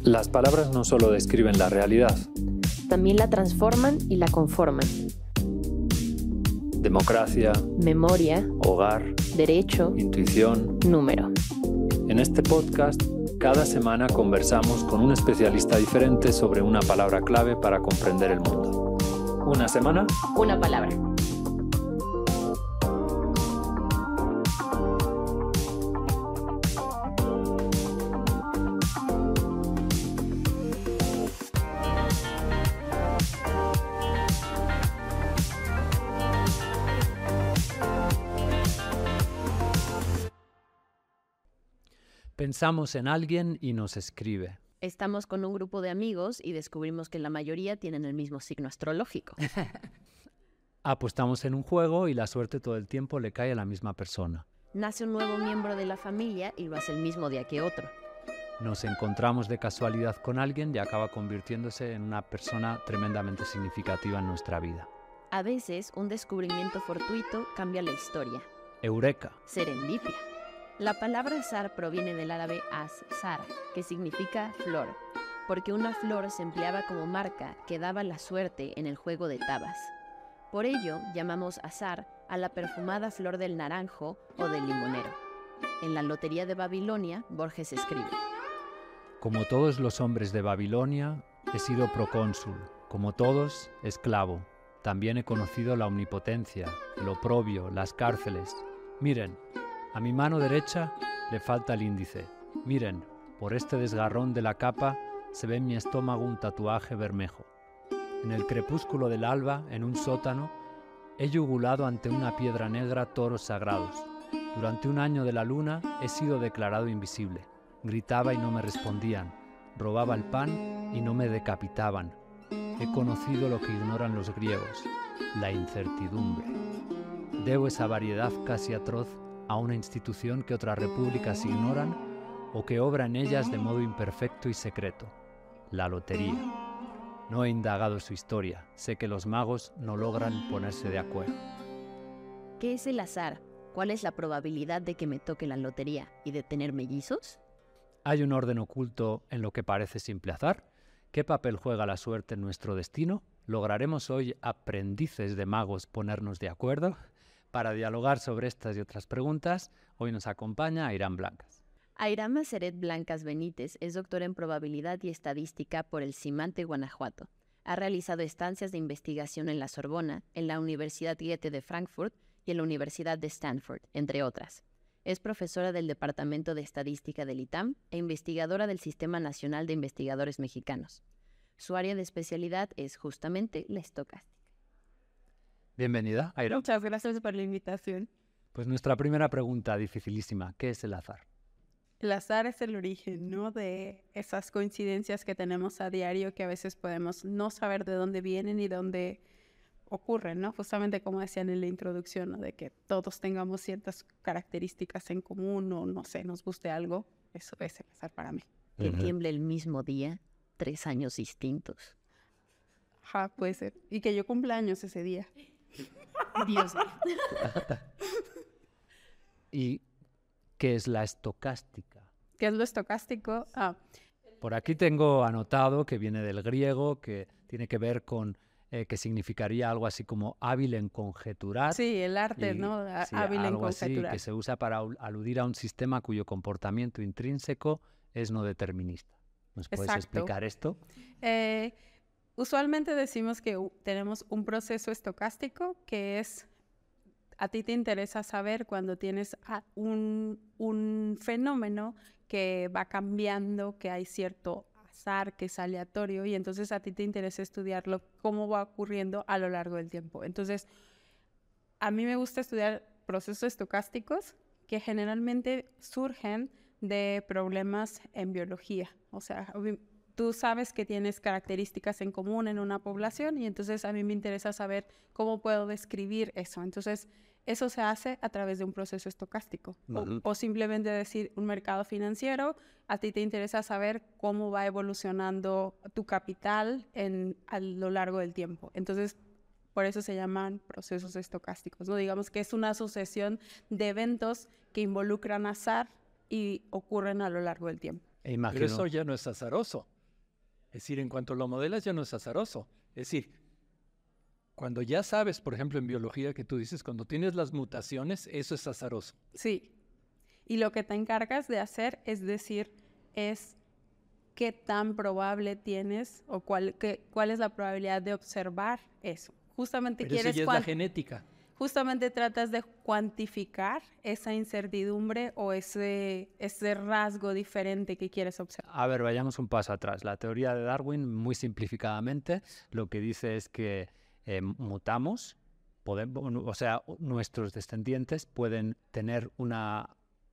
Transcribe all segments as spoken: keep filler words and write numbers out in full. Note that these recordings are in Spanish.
Las palabras no solo describen la realidad. También la transforman y la conforman. Democracia, memoria, hogar, derecho, intuición. número. En este podcast, cada semana conversamos con un especialista diferente sobre una palabra clave para comprender el mundo. Una semana, una palabra. Pensamos en alguien y nos escribe. Estamos con un grupo de amigos y descubrimos que la mayoría tienen el mismo signo astrológico. Apostamos en un juego y la suerte todo el tiempo le cae a la misma persona. Nace un nuevo miembro de la familia y lo hace el mismo día que otro. Nos encontramos de casualidad con alguien y acaba convirtiéndose en una persona tremendamente significativa en nuestra vida. A veces, un descubrimiento fortuito cambia la historia. Eureka. Serendipia. La palabra azar proviene del árabe az-zar, que significa flor, porque una flor se empleaba como marca que daba la suerte en el juego de tabas. Por ello, llamamos azar a la perfumada flor del naranjo o del limonero. En la Lotería de Babilonia, Borges escribe: Como todos los hombres de Babilonia, he sido procónsul, como todos, esclavo. También he conocido la omnipotencia, el oprobio, las cárceles. Miren, a mi mano derecha le falta el índice. Miren, por este desgarrón de la capa se ve en mi estómago un tatuaje bermejo. En el crepúsculo del alba, en un sótano, he yugulado ante una piedra negra toros sagrados. Durante un año de la luna he sido declarado invisible. Gritaba y no me respondían. Robaba el pan y no me decapitaban. He conocido lo que ignoran los griegos, la incertidumbre. Debo esa variedad casi atroz a una institución que otras repúblicas ignoran o que obra en ellas de modo imperfecto y secreto, la lotería. No he indagado su historia, sé que los magos no logran ponerse de acuerdo. ¿Qué es el azar? ¿Cuál es la probabilidad de que me toque la lotería y de tener mellizos? ¿Hay un orden oculto en lo que parece simple azar? ¿Qué papel juega la suerte en nuestro destino? ¿Lograremos hoy, aprendices de magos, ponernos de acuerdo? Para dialogar sobre estas y otras preguntas, hoy nos acompaña Airán Blancas. Airán Maseret Blancas Benítez es doctora en probabilidad y estadística por el CIMANT de Guanajuato. Ha realizado estancias de investigación en la Sorbona, en la Universidad Goethe de Frankfurt y en la Universidad de Stanford, entre otras. Es profesora del Departamento de Estadística del I T A M e investigadora del Sistema Nacional de Investigadores Mexicanos. Su área de especialidad es justamente la estocástica. Bienvenida, Airán. Muchas gracias por la invitación. Pues nuestra primera pregunta, dificilísima, ¿qué es el azar? El azar es el origen, ¿no?, de esas coincidencias que tenemos a diario que a veces podemos no saber de dónde vienen y dónde ocurren, ¿no? Justamente como decían en la introducción, ¿no?, de que todos tengamos ciertas características en común o, no sé, nos guste algo. Eso es el azar para mí. Que uh-huh. tiemble el mismo día, tres años distintos. Ajá, puede ser. Y que yo cumpla años ese día. Dios mío. ¿Y qué es la estocástica? ¿Qué es lo estocástico? Ah. Por aquí tengo anotado que viene del griego, que tiene que ver con, eh, que significaría algo así como hábil en conjeturar. Sí, el arte, y, ¿no? A- sí, hábil en algo conjeturar. Así, que se usa para aludir a un sistema cuyo comportamiento intrínseco es no determinista. ¿Nos puedes Exacto. explicar esto? Eh... Usualmente decimos que uh, tenemos un proceso estocástico, que es, a ti te interesa saber cuando tienes a un, un fenómeno que va cambiando, que hay cierto azar, que es aleatorio, y entonces a ti te interesa estudiarlo, cómo va ocurriendo a lo largo del tiempo. Entonces, a mí me gusta estudiar procesos estocásticos que generalmente surgen de problemas en biología. O sea, tú sabes que tienes características en común en una población y entonces a mí me interesa saber cómo puedo describir eso. Entonces, eso se hace a través de un proceso estocástico. Uh-huh. o, o simplemente decir un mercado financiero, a ti te interesa saber cómo va evolucionando tu capital en, a lo largo del tiempo. Entonces, por eso se llaman procesos estocásticos, ¿no? Digamos que es una sucesión de eventos que involucran azar y ocurren a lo largo del tiempo. E imagino... Pero eso ya no es azaroso. Es decir, en cuanto lo modelas ya no es azaroso. Es decir, cuando ya sabes, por ejemplo, en biología que tú dices, cuando tienes las mutaciones, eso es azaroso. Sí. Y lo que te encargas de hacer es decir, es qué tan probable tienes o cuál, qué, cuál es la probabilidad de observar eso. Justamente Pero quieres eso ya es la genética. Justamente tratas de cuantificar esa incertidumbre o ese, ese rasgo diferente que quieres observar. A ver, vayamos un paso atrás. La teoría de Darwin, muy simplificadamente, lo que dice es que eh, mutamos, podemos, o sea, nuestros descendientes pueden tener una,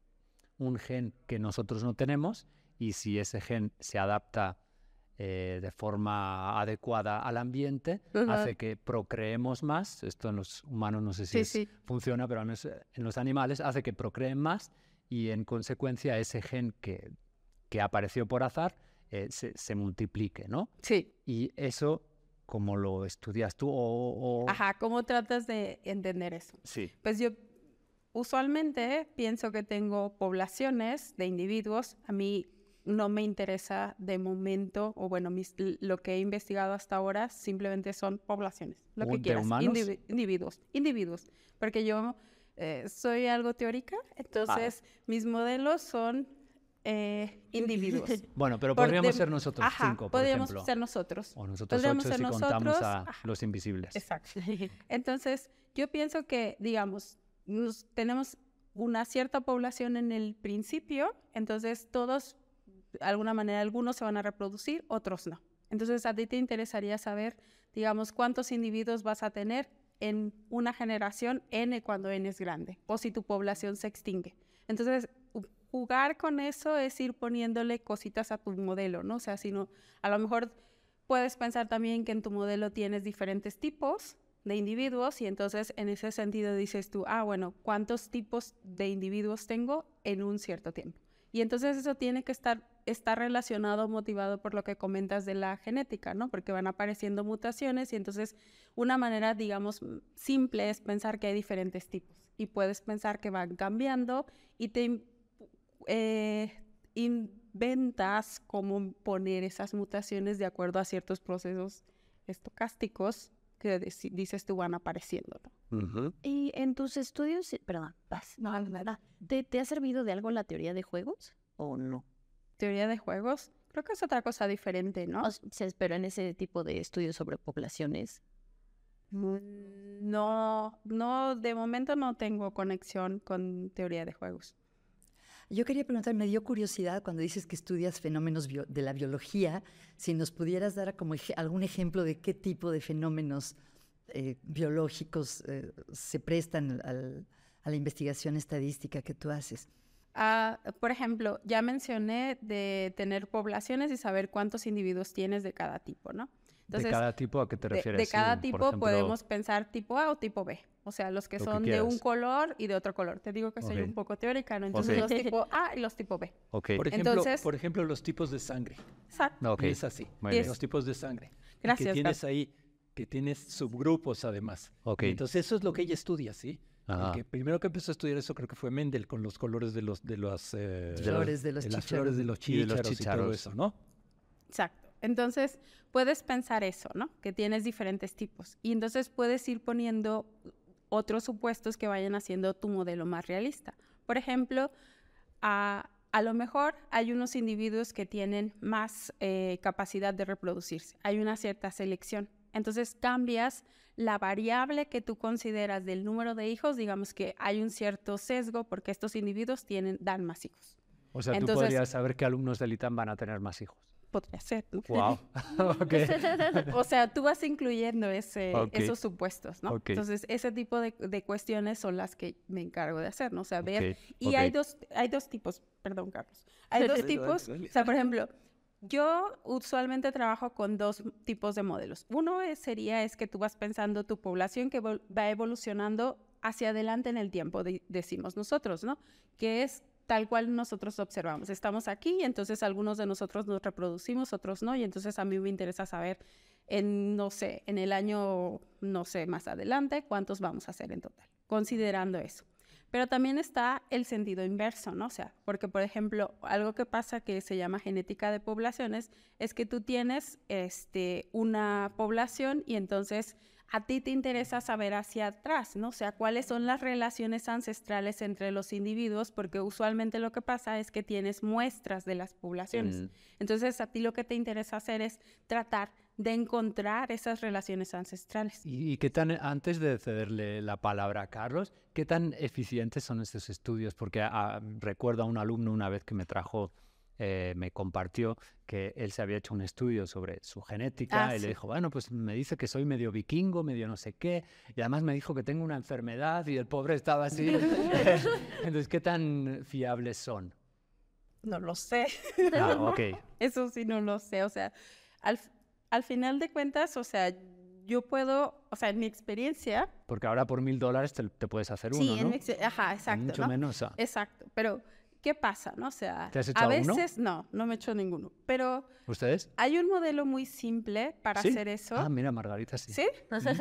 un gen que nosotros no tenemos, y si ese gen se adapta eh, de forma adecuada al ambiente, uh-huh. hace que procreemos más. Esto en los humanos no sé si sí, es, sí. funciona, pero en los animales hace que procreen más, y en consecuencia ese gen que, que apareció por azar eh, se, se multiplique, ¿no? Sí. Y eso, ¿cómo lo estudias tú? O, o... Ajá, ¿cómo tratas de entender eso? Sí. Pues yo usualmente pienso que tengo poblaciones de individuos. A mí no me interesa de momento, o bueno, mis, lo que he investigado hasta ahora simplemente son poblaciones, lo que quieras, individu individuos, individuos, porque yo eh, soy algo teórica, entonces ah. mis modelos son eh, individuos. Bueno, pero podríamos ser nosotros Ajá, cinco, por podríamos ejemplo. ser nosotros. O nosotros podríamos ocho ser si nosotros, contamos a ajá. los invisibles. Exacto. Entonces, yo pienso que, digamos, nos, tenemos una cierta población en el principio, entonces todos, de alguna manera, algunos se van a reproducir, otros no. Entonces, a ti te interesaría saber, digamos, cuántos individuos vas a tener en una generación N cuando N es grande, o si tu población se extingue. Entonces, jugar con eso es ir poniéndole cositas a tu modelo, ¿no? O sea, si no, a lo mejor puedes pensar también que en tu modelo tienes diferentes tipos de individuos, y entonces en ese sentido dices tú, ah, bueno, ¿cuántos tipos de individuos tengo en un cierto tiempo? Y entonces eso tiene que estar, estar relacionado, motivado por lo que comentas de la genética, ¿no? Porque van apareciendo mutaciones, y entonces una manera, digamos, simple es pensar que hay diferentes tipos, y puedes pensar que van cambiando, y te eh, inventas cómo poner esas mutaciones de acuerdo a ciertos procesos estocásticos que dices tú van apareciendo, ¿no? Uh-huh. Y en tus estudios, perdón, no, nada, ¿te, ¿te ha servido de algo la teoría de juegos o no? ¿Teoría de juegos? Creo que es otra cosa diferente, ¿no? O sea, pero en ese tipo de estudios sobre poblaciones. No, no, de momento no tengo conexión con teoría de juegos. Yo quería preguntar, me dio curiosidad cuando dices que estudias fenómenos bio, de la biología, si nos pudieras dar como ej- algún ejemplo de qué tipo de fenómenos eh, biológicos eh, se prestan al, a la investigación estadística que tú haces. Uh, por ejemplo, ya mencioné de tener poblaciones y saber cuántos individuos tienes de cada tipo, ¿no? Entonces, ¿de cada tipo a qué te refieres? De, de cada sí, tipo ejemplo, podemos pensar tipo A o tipo B. O sea, los que son que de un color y de otro color. Te digo que soy okay. un poco teórica, ¿no? Entonces, okay. los tipo A y los tipo B. Okay. Por, ejemplo, Entonces, por ejemplo, los tipos de sangre. Exacto. Okay. Es así. Yes. Los tipos de sangre. Gracias. Que tienes ahí, que tienes subgrupos además. Okay. Entonces, eso es lo que ella estudia, ¿sí? El que primero que empezó a estudiar eso creo que fue Mendel, con los colores de los de los eh, flores de los de las chícharos. flores de los chícharos y todo eso, ¿no? Exacto. Entonces, puedes pensar eso, ¿no? Que tienes diferentes tipos. Y entonces puedes ir poniendo otros supuestos que vayan haciendo tu modelo más realista. Por ejemplo, a, a lo mejor hay unos individuos que tienen más eh, capacidad de reproducirse. Hay una cierta selección. Entonces, cambias la variable que tú consideras del número de hijos, digamos que hay un cierto sesgo porque estos individuos tienen, dan más hijos. O sea, Entonces, tú podrías saber qué alumnos del ITAM van a tener más hijos. Podría ser. Wow. Okay. O sea, tú vas incluyendo ese, okay. esos supuestos, ¿no? Okay. Entonces, ese tipo de, de cuestiones son las que me encargo de hacer, ¿no? O sea, ver. Okay. Y okay. hay dos, hay dos tipos, perdón, Carlos. Hay dos tipos, o sea, por ejemplo, yo usualmente trabajo con dos tipos de modelos. Uno es, sería es que tú vas pensando tu población que va evolucionando hacia adelante en el tiempo, de, decimos nosotros, ¿no? Que es tal cual nosotros observamos. Estamos aquí y entonces algunos de nosotros nos reproducimos, otros no, y entonces a mí me interesa saber en, no sé, en el año, no sé, más adelante, cuántos vamos a hacer en total, considerando eso. Pero también está el sentido inverso, ¿no? O sea, porque, por ejemplo, algo que pasa que se llama genética de poblaciones es que tú tienes este, una población y entonces a ti te interesa saber hacia atrás, ¿no? O sea, cuáles son las relaciones ancestrales entre los individuos, porque usualmente lo que pasa es que tienes muestras de las poblaciones. Mm. Entonces, a ti lo que te interesa hacer es tratar de encontrar esas relaciones ancestrales. ¿Y, y qué tan, antes de cederle la palabra a Carlos, qué tan eficientes son estos estudios? Porque a, a, recuerdo a un alumno una vez que me trajo, eh, me compartió que él se había hecho un estudio sobre su genética, ah, y sí. le dijo, bueno, pues me dice que soy medio vikingo, medio no sé qué, y además me dijo que tengo una enfermedad, y el pobre estaba así. Entonces, ¿qué tan fiables son? No lo sé. Ah, ok. Eso sí no lo sé, o sea, al, al final de cuentas, o sea, yo puedo, o sea, en mi experiencia... Porque ahora por mil dólares te, te puedes hacer sí, uno, en ¿no? Sí, ajá, exacto. Mucho ¿no? menos. Ah. Exacto, pero... ¿Qué pasa, no? O sea, ¿te has hecho a veces uno? no, no me he hecho ninguno, pero ¿ustedes? Hay un modelo muy simple para ¿Sí? hacer eso. Ah, mira, Margarita, sí. ¿Sí?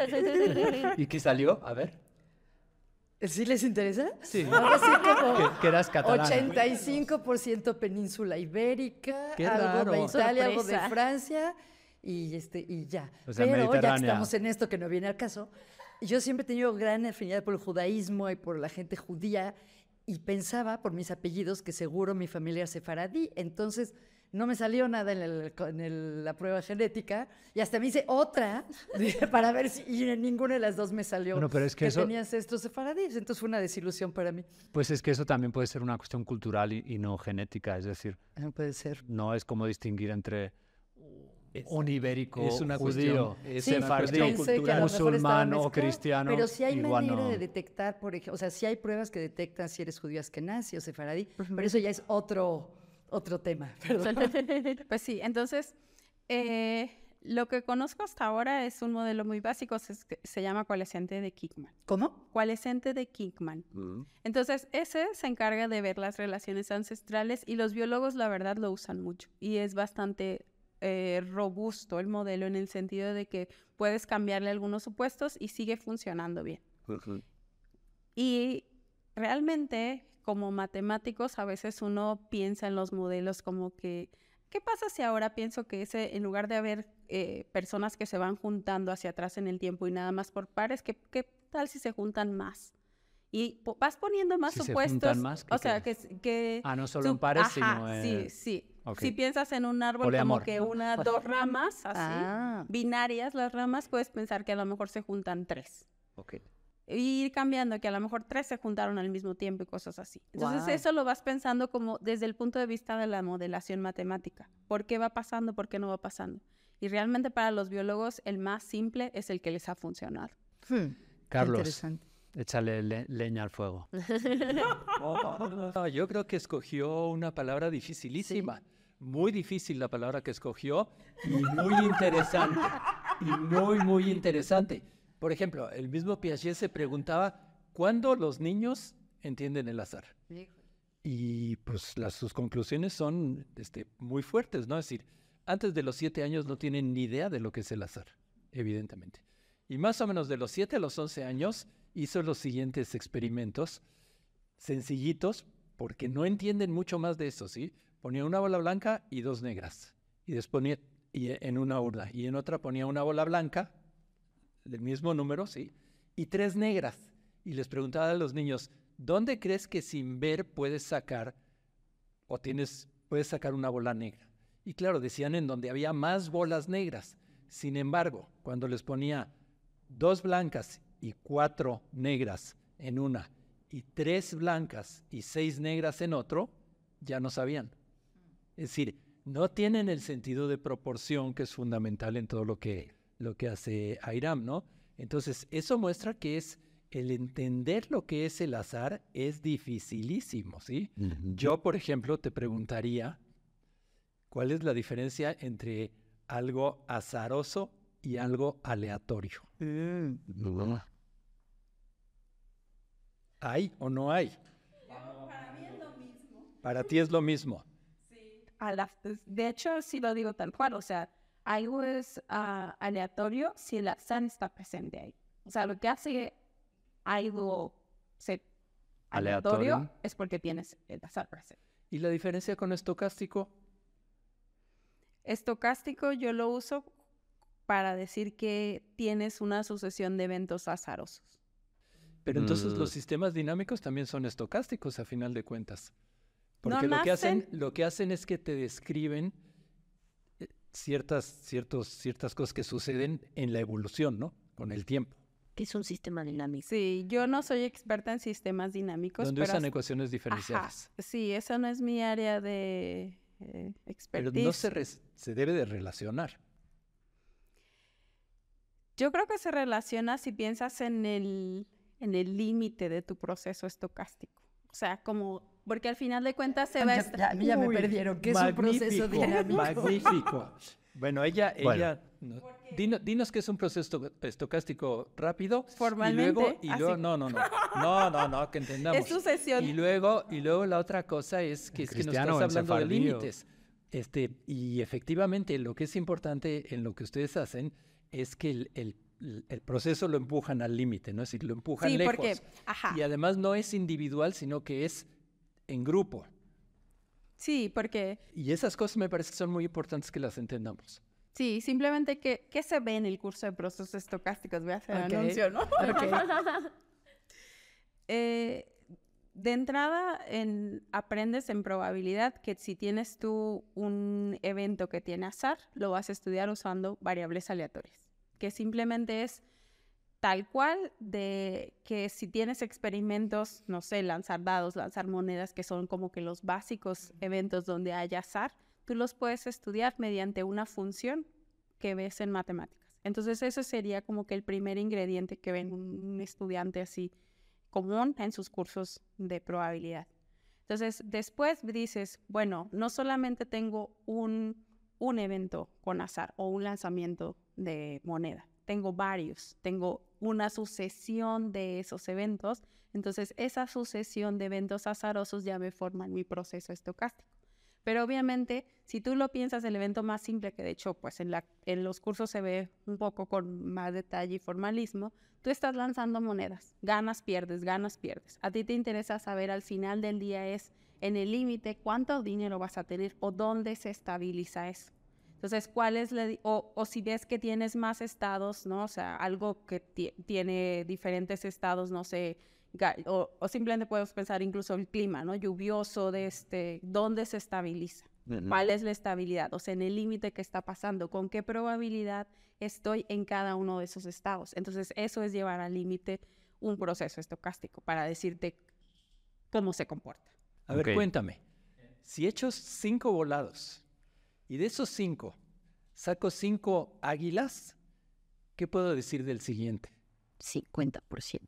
¿Y qué salió? A ver. ¿Sí les interesa? Sí. Ahora sí como que, que eras catalana. ochenta y cinco por ciento península ibérica, Qué algo raro. de Italia, algo de Sorpresa. Francia y este y ya. O sea, Pero ya que mediterránea. estamos en esto que no viene al caso, yo siempre he tenido gran afinidad por el judaísmo y por la gente judía. Y pensaba, por mis apellidos, que seguro mi familia es sefaradí. Entonces, no me salió nada en, el, en el, la prueba genética. Y hasta me hice otra para ver si... Y en ninguna de las dos me salió bueno, pero es que, que eso, tenía ancestros sefaradíes. Entonces, fue una desilusión para mí. Pues es que eso también puede ser una cuestión cultural y, y no genética. Es decir, No puede ser. no es como distinguir entre... Es, un ibérico, es una judío, es sí, sefardí, musulmán o cristiano. Pero sí hay igual manera no. de detectar, por ejemplo, o sea, sí hay pruebas que detectan si eres judío askenazí o sefaradí, uh-huh. Pero eso ya es otro, otro tema. Perdón. Pues sí, entonces, eh, lo que conozco hasta ahora es un modelo muy básico, se, se llama coalescente de Kickman. ¿Cómo? Coalescente de Kickman. Uh-huh. Entonces, ese se encarga de ver las relaciones ancestrales y los biólogos, la verdad, lo usan mucho y es bastante... Eh, robusto el modelo en el sentido de que puedes cambiarle algunos supuestos y sigue funcionando bien. Uh-huh. Y realmente, como matemáticos, a veces uno piensa en los modelos como que, ¿qué pasa si ahora pienso que ese, en lugar de haber eh, personas que se van juntando hacia atrás en el tiempo y nada más por pares, ¿qué, qué tal si se juntan más? Y po- vas poniendo más si supuestos, más, o sea, que, que... Ah, no solo su, en pares, ajá, sino... Eh... sí, sí. Okay. Si piensas en un árbol Poliamor. como que una, dos ramas, así, ah. binarias las ramas, puedes pensar que a lo mejor se juntan tres. Okay. Y ir cambiando, que a lo mejor tres se juntaron al mismo tiempo y cosas así. Entonces, wow. Eso lo vas pensando como desde el punto de vista de la modelación matemática. ¿Por qué va pasando? ¿Por qué no va pasando? Y realmente para los biólogos el más simple es el que les ha funcionado. Hmm. Carlos, échale le leña al fuego. no, no, yo creo que escogió una palabra dificilísima. Sí. Muy difícil la palabra que escogió y muy interesante. Y muy, muy interesante. Por ejemplo, el mismo Piaget se preguntaba ¿cuándo los niños entienden el azar? Y pues las, sus conclusiones son este, muy fuertes, ¿no? Es decir, antes de los siete años no tienen ni idea de lo que es el azar, evidentemente. Y más o menos de los siete a los once años hizo los siguientes experimentos sencillitos, porque no entienden mucho más de eso, ¿sí? Ponía una bola blanca y dos negras, y después ponía y en una urna, y en otra ponía una bola blanca, del mismo número, ¿sí? Y tres negras, y les preguntaba a los niños, ¿dónde crees que sin ver puedes sacar, o tienes, puedes sacar una bola negra? Y claro, decían en donde había más bolas negras. Sin embargo, cuando les ponía dos blancas y cuatro negras en una, y tres blancas y seis negras en otro, ya no sabían. Es decir, no tienen el sentido de proporción que es fundamental en todo lo que, lo que hace Ayram, ¿no? Entonces, eso muestra que es el entender lo que es el azar es dificilísimo, ¿sí? Uh-huh. Yo, por ejemplo, te preguntaría, ¿cuál es la diferencia entre algo azaroso y algo aleatorio? Mm. ¿Hay o no hay? Para mí es lo mismo. Para ti es lo mismo. Sí. A la, de hecho, sí lo digo tal cual. O sea, algo es uh, aleatorio si el azar está presente ahí. O sea, lo que hace algo se aleatorio, Aleatorio. es porque tienes el azar presente. ¿Y la diferencia con estocástico? Estocástico yo lo uso para decir que tienes una sucesión de eventos azarosos. Pero entonces Mm. los sistemas dinámicos también son estocásticos a final de cuentas. No Porque lo que hacen, nacen- lo que hacen es que te describen eh, ciertas, ciertos, ciertas cosas que suceden en la evolución, ¿no? Con el tiempo. Que es un sistema dinámico. Sí, yo no soy experta en sistemas dinámicos, Donde pero usan as- ecuaciones Ajá, diferenciales. sí, eso no es mi área de eh, Pero expertise. no se, res- se debe de relacionar. Yo creo que se relaciona si piensas en el en el límite de tu proceso estocástico. O sea, como, porque al final de cuentas se va a... Ya, est- ya, a mí ya me Uy, perdieron. ¿Qué es un proceso magnífico, dinámico? Magnífico. Bueno, ella, Bueno. ella, no, dino- dinos qué es un proceso esto- estocástico rápido. Formalmente, Y luego, y luego así. no, no, no, no, no, no, que entendamos. Es sucesión. Y luego, y luego la otra cosa es que, es que nos cristiano estás o en hablando de sefardí o- límites. Este, y efectivamente, lo que es importante en lo que ustedes hacen es que el, el- el proceso lo empujan al límite, ¿no? Es decir, lo empujan Sí, lejos. porque, ajá, Y además no es individual, sino que es en grupo. sí, porque, Y esas cosas me parece que son muy importantes que las entendamos. sí, simplemente que, ¿qué se ve en el curso de procesos estocásticos? Voy a hacer Ok, anuncio, ¿no? ok. Eh, de entrada, en, aprendes en probabilidad que si tienes tú un evento que tiene azar, lo vas a estudiar usando variables aleatorias, que simplemente es tal cual de que si tienes experimentos, no sé, lanzar dados, lanzar monedas, que son como que los básicos eventos donde hay azar, tú los puedes estudiar mediante una función que ves en matemáticas. Entonces, eso sería como que el primer ingrediente que ve un estudiante así común en sus cursos de probabilidad. Entonces, después dices, bueno, no solamente tengo un, un evento con azar o un lanzamiento de moneda, tengo varios, tengo una sucesión de esos eventos, entonces esa sucesión de eventos azarosos ya me forman mi proceso estocástico. Pero obviamente, si tú lo piensas, el evento más simple, que de hecho pues en, la, en los cursos se ve un poco con más detalle y formalismo, tú estás lanzando monedas, ganas, pierdes, ganas, pierdes. A ti te interesa saber al final del día es, en el límite, cuánto dinero vas a tener o dónde se estabiliza eso. Entonces, ¿cuál es la, o, o si ves que tienes más estados, ¿no? O sea, algo que tiene diferentes estados, no sé, O, o simplemente podemos pensar incluso el clima, ¿no? Lluvioso, de este, ¿dónde se estabiliza? Uh-huh. ¿Cuál es la estabilidad? O sea, en el límite que está pasando, ¿con qué probabilidad estoy en cada uno de esos estados? Entonces, eso es llevar al límite un proceso estocástico para decirte cómo se comporta. A ver, Okay. cuéntame. Si echo cinco volados y de esos cinco saco cinco águilas, ¿qué puedo decir del siguiente? cincuenta por ciento.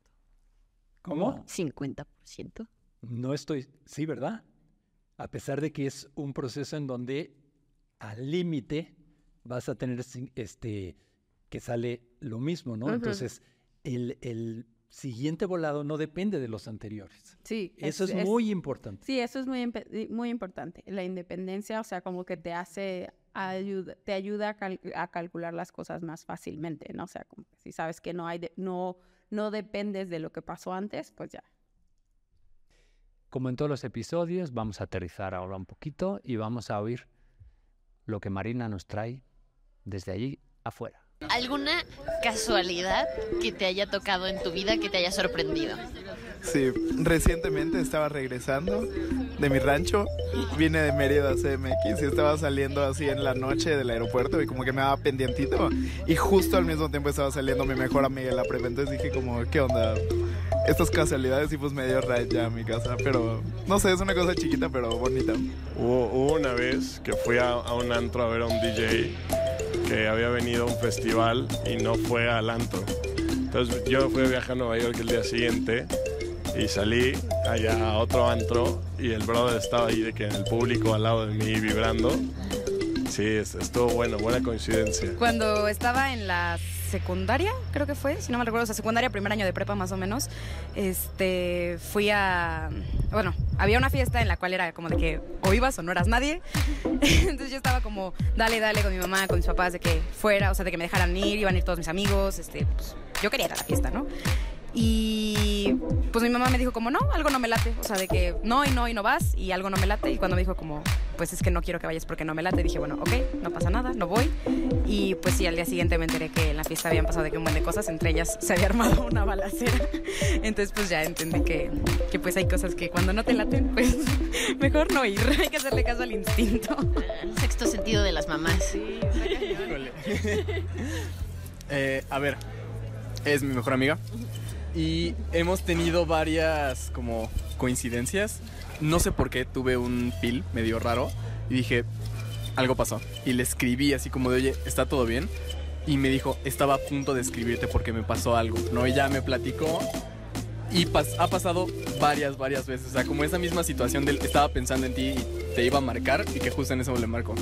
¿Cómo? cincuenta por ciento. No estoy... Sí, ¿verdad? A pesar de que es un proceso en donde al límite vas a tener este que sale lo mismo, ¿no? Uh-huh. Entonces, el, el siguiente volado no depende de los anteriores. Sí. Eso es, es, es muy importante. Sí, eso es muy, muy importante. La independencia, o sea, como que te hace... Ayuda, te ayuda a, cal, a calcular las cosas más fácilmente, ¿no? O sea, como que si sabes que no hay... De, no no dependes de lo que pasó antes, pues ya. Como en todos los episodios, vamos a aterrizar ahora un poquito y vamos a oír lo que Marina nos trae desde allí afuera. ¿Alguna casualidad que te haya tocado en tu vida, que te haya sorprendido? Sí, recientemente estaba regresando de mi rancho, vine de Mérida a C M X y estaba saliendo así en la noche del aeropuerto y como que me daba pendientito y justo al mismo tiempo estaba saliendo mi mejor amiga de la prepa, entonces dije como, ¿qué onda? Estas casualidades y pues me dio ride ya a mi casa, pero no sé, es una cosa chiquita pero bonita. Hubo, hubo una vez que fui a, a un antro a ver a un D J que había venido a un festival y no fue al antro. Entonces yo fui a viajar a Nueva York el día siguiente y salí allá a otro antro y el brother estaba ahí de que en el público al lado de mí vibrando. Sí, estuvo bueno, buena coincidencia. Cuando estaba en la secundaria, creo que fue, si no me recuerdo, o sea, secundaria, primer año de prepa más o menos, este, fui a, bueno, había una fiesta en la cual era como de que o ibas o no eras nadie, entonces yo estaba como, dale, dale con mi mamá, con mis papás, de que fuera, o sea, de que me dejaran ir, iban a ir todos mis amigos, este, pues, yo quería ir a la fiesta, ¿no? Y pues mi mamá me dijo como, no, algo no me late. O sea, de que no y no y no vas y algo no me late. Y cuando me dijo como, pues es que no quiero que vayas porque no me late, dije, bueno, ok, no pasa nada, no voy. Y pues sí, al día siguiente me enteré que en la fiesta habían pasado de que un buen de cosas, entre ellas se había armado una balacera. Entonces pues ya entendí que, que pues hay cosas que cuando no te laten, pues mejor no ir. Hay que hacerle caso al instinto. El sexto sentido de las mamás. Sí, eh, a ver, es mi mejor amiga y hemos tenido varias como coincidencias. No sé por qué tuve un pil medio raro y dije, algo pasó. Y le escribí así como de, oye, ¿está todo bien? Y me dijo, estaba a punto de escribirte porque me pasó algo, ¿no? Y ya me platicó y pas- ha pasado varias, varias veces. O sea, como esa misma situación del estaba pensando en ti y te iba a marcar y que justo en eso le marcó.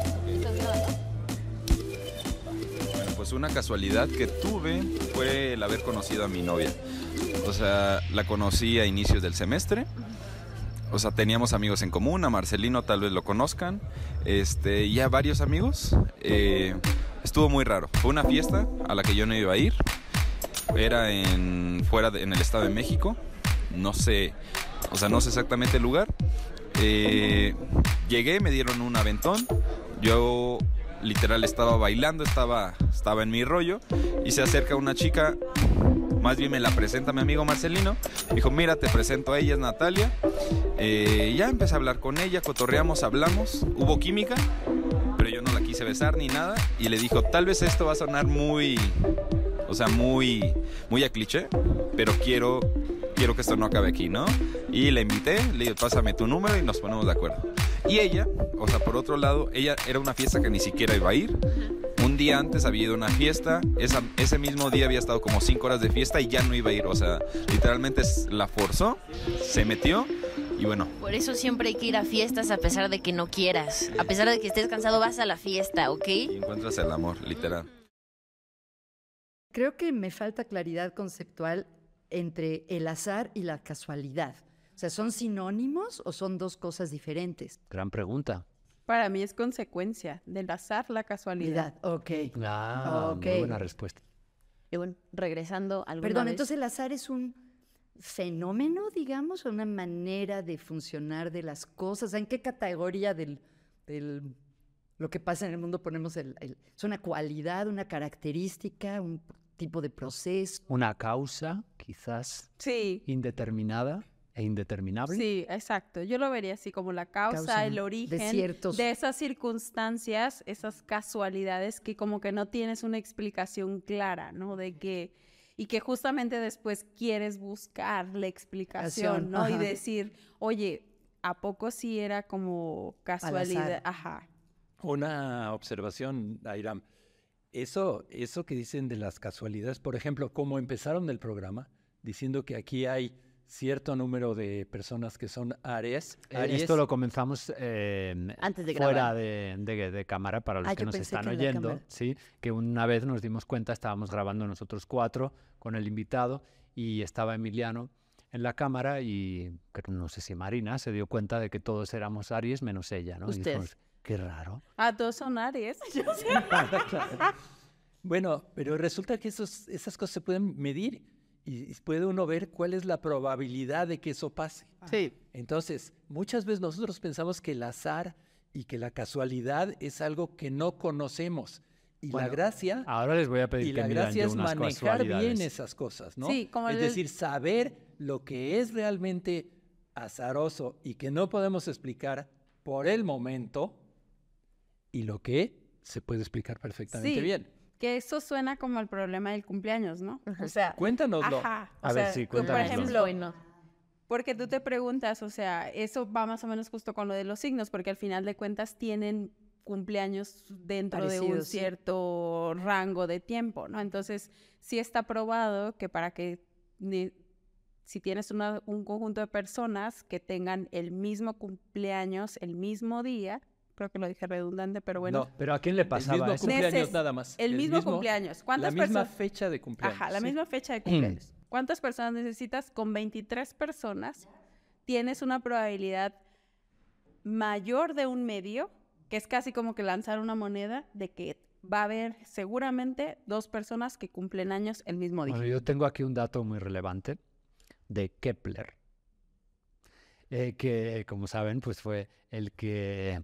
Bueno, pues una casualidad que tuve fue el haber conocido a mi novia. O sea, la conocí a inicios del semestre. O sea, teníamos amigos en común, a Marcelino tal vez lo conozcan, este, y a varios amigos. Eh, estuvo muy raro. Fue una fiesta a la que yo no iba a ir. Era en fuera de, en el Estado de México. No sé, o sea, no sé exactamente el lugar. Eh, llegué, me dieron un aventón. Yo literal estaba bailando, estaba, estaba en mi rollo y se acerca una chica. Más bien me la presenta mi amigo Marcelino. Dijo, mira, te presento a ella, es Natalia. Eh, ya empecé a hablar con ella, cotorreamos, hablamos. Hubo química, pero yo no la quise besar ni nada. Y le dijo, tal vez esto va a sonar muy... O sea, muy, muy a cliché, pero quiero, quiero que esto no acabe aquí, ¿no? Y la invité, le dije, pásame tu número y nos ponemos de acuerdo. Y ella, o sea, por otro lado, ella era una fiesta que ni siquiera iba a ir. Un día antes había ido a una fiesta, esa, ese mismo día había estado como cinco horas de fiesta y ya no iba a ir. O sea, literalmente la forzó, se metió y bueno. Por eso siempre hay que ir a fiestas a pesar de que no quieras. A pesar de que estés cansado, vas a la fiesta, ¿ok? Y encuentras el amor, literal. Creo que me falta claridad conceptual entre el azar y la casualidad. O sea, ¿son sinónimos o son dos cosas diferentes? Gran pregunta. Para mí es consecuencia del azar, la casualidad. Ok. Ah, Ok. muy buena respuesta. Y bueno, regresando alguna Perdón, vez- entonces el azar es un fenómeno, digamos, o una manera de funcionar de las cosas. ¿En qué categoría del, del lo que pasa en el mundo ponemos el, el- es una cualidad, una característica, un tipo de proceso? Una causa, quizás Sí. indeterminada e indeterminable. Sí, exacto. Yo lo vería así como la causa, Causa el de origen de, ciertos- esas circunstancias, esas casualidades que como que no tienes una explicación clara, ¿no? De que y que justamente después quieres buscar la explicación, ¿no? Y Ajá. decir, oye, ¿a poco sí era como casualidad? Ajá. Una observación, Airam. Eso, eso que dicen de las casualidades, por ejemplo, como empezaron el programa, diciendo que aquí hay cierto número de personas que son Aries. Eh, Aries Esto lo comenzamos eh, Antes de fuera grabar. de, de- de cámara para los Ah, que yo nos pensé están que en la oyendo, cámara. sí, que una vez nos dimos cuenta, estábamos grabando nosotros cuatro con el invitado y estaba Emiliano en la cámara y creo- no sé si Marina se dio cuenta de que todos éramos Aries menos ella, ¿no? Y Usted. dijimos, qué raro. Ah, todos son Aries. Yo sé. Bueno, pero resulta que esos, esas cosas se pueden medir y puede uno ver cuál es la probabilidad de que eso pase. Sí. Entonces, muchas veces nosotros pensamos que el azar y que la casualidad es algo que no conocemos. Y Bueno, la gracia, Ahora les voy a pedir y que la midan gracia yo es unas manejar bien casualidades. esas cosas, ¿no? Sí, como es el- decir, saber lo que es realmente azaroso y que no podemos explicar por el momento y lo que se puede explicar perfectamente Sí. bien. Que eso suena como el problema del cumpleaños, ¿no? O sea, Cuéntanoslo. ajá. A o ver, sea, sí, por cuéntanoslo. ejemplo, Hoy no. porque tú te preguntas, o sea, eso va más o menos justo con lo de los signos, porque al final de cuentas tienen cumpleaños dentro de un Parecidos, sí. cierto rango de tiempo, ¿no? Entonces, sí está probado que para que ni- si tienes una- un conjunto de personas que tengan el mismo cumpleaños el mismo día, creo que lo dije redundante, pero bueno, No, Pero ¿a quién le el pasaba mismo eso? cumpleaños Neces- nada más. el mismo cumpleaños. La ¿Cuántas misma personas? fecha de cumpleaños. Ajá, la sí. misma fecha de cumpleaños. ¿Cuántas personas necesitas? Con veintitrés personas tienes una probabilidad mayor de un medio, que es casi como que lanzar una moneda, de que va a haber seguramente dos personas que cumplen años el mismo día. Bueno, yo tengo aquí un dato muy relevante de Kepler, eh, que, como saben, pues fue el que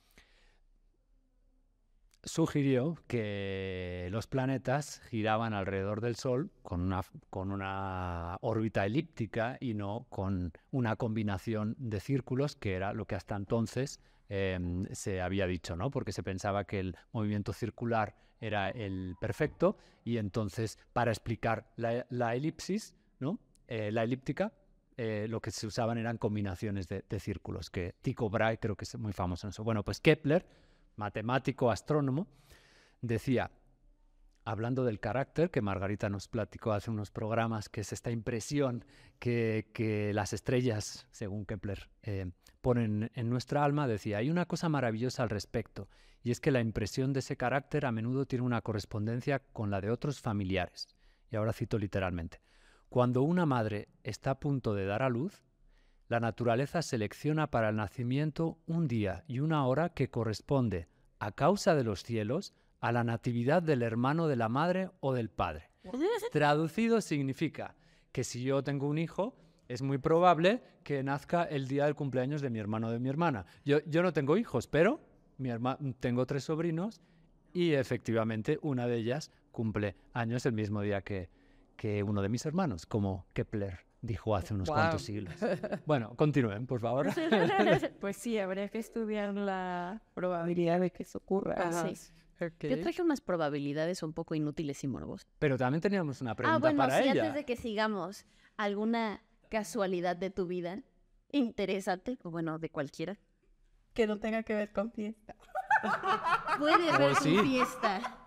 sugirió que los planetas giraban alrededor del Sol con una, con una órbita elíptica y no con una combinación de círculos, que era lo que hasta entonces eh, se había dicho, ¿no? Porque se pensaba que el movimiento circular era el perfecto y entonces para explicar la, la elipsis, ¿no? Eh, la elíptica, eh, lo que se usaban eran combinaciones de, de círculos, que Tycho Brahe creo que es muy famoso en eso. Bueno, pues Kepler, matemático, astrónomo, decía, hablando del carácter, que Margarita nos platicó hace unos programas, que es esta impresión que, que las estrellas, según Kepler, eh, ponen en nuestra alma, decía, hay una cosa maravillosa al respecto, y es que la impresión de ese carácter a menudo tiene una correspondencia con la de otros familiares. Y ahora cito literalmente. Cuando una madre está a punto de dar a luz, la naturaleza selecciona para el nacimiento un día y una hora que corresponde, a causa de los cielos, a la natividad del hermano de la madre o del padre. Traducido significa que si yo tengo un hijo, es muy probable que nazca el día del cumpleaños de mi hermano o de mi hermana. Yo, yo no tengo hijos, pero mi herma- tengo tres sobrinos y efectivamente una de ellas cumple años el mismo día que, que uno de mis hermanos, como Kepler dijo hace unos Wow. cuantos siglos. Bueno, continúen, por favor. Pues sí, habría que estudiar la probabilidad de que eso ocurra. Ajá. Sí. Yo traje unas probabilidades un poco inútiles y morbosas. Pero también teníamos una pregunta Ah, bueno, para sí, ella. antes de que sigamos, ¿alguna casualidad de tu vida interesante? O bueno, de cualquiera. Que no tenga que ver con fiesta. Puede Oh, ver sí. tu fiesta.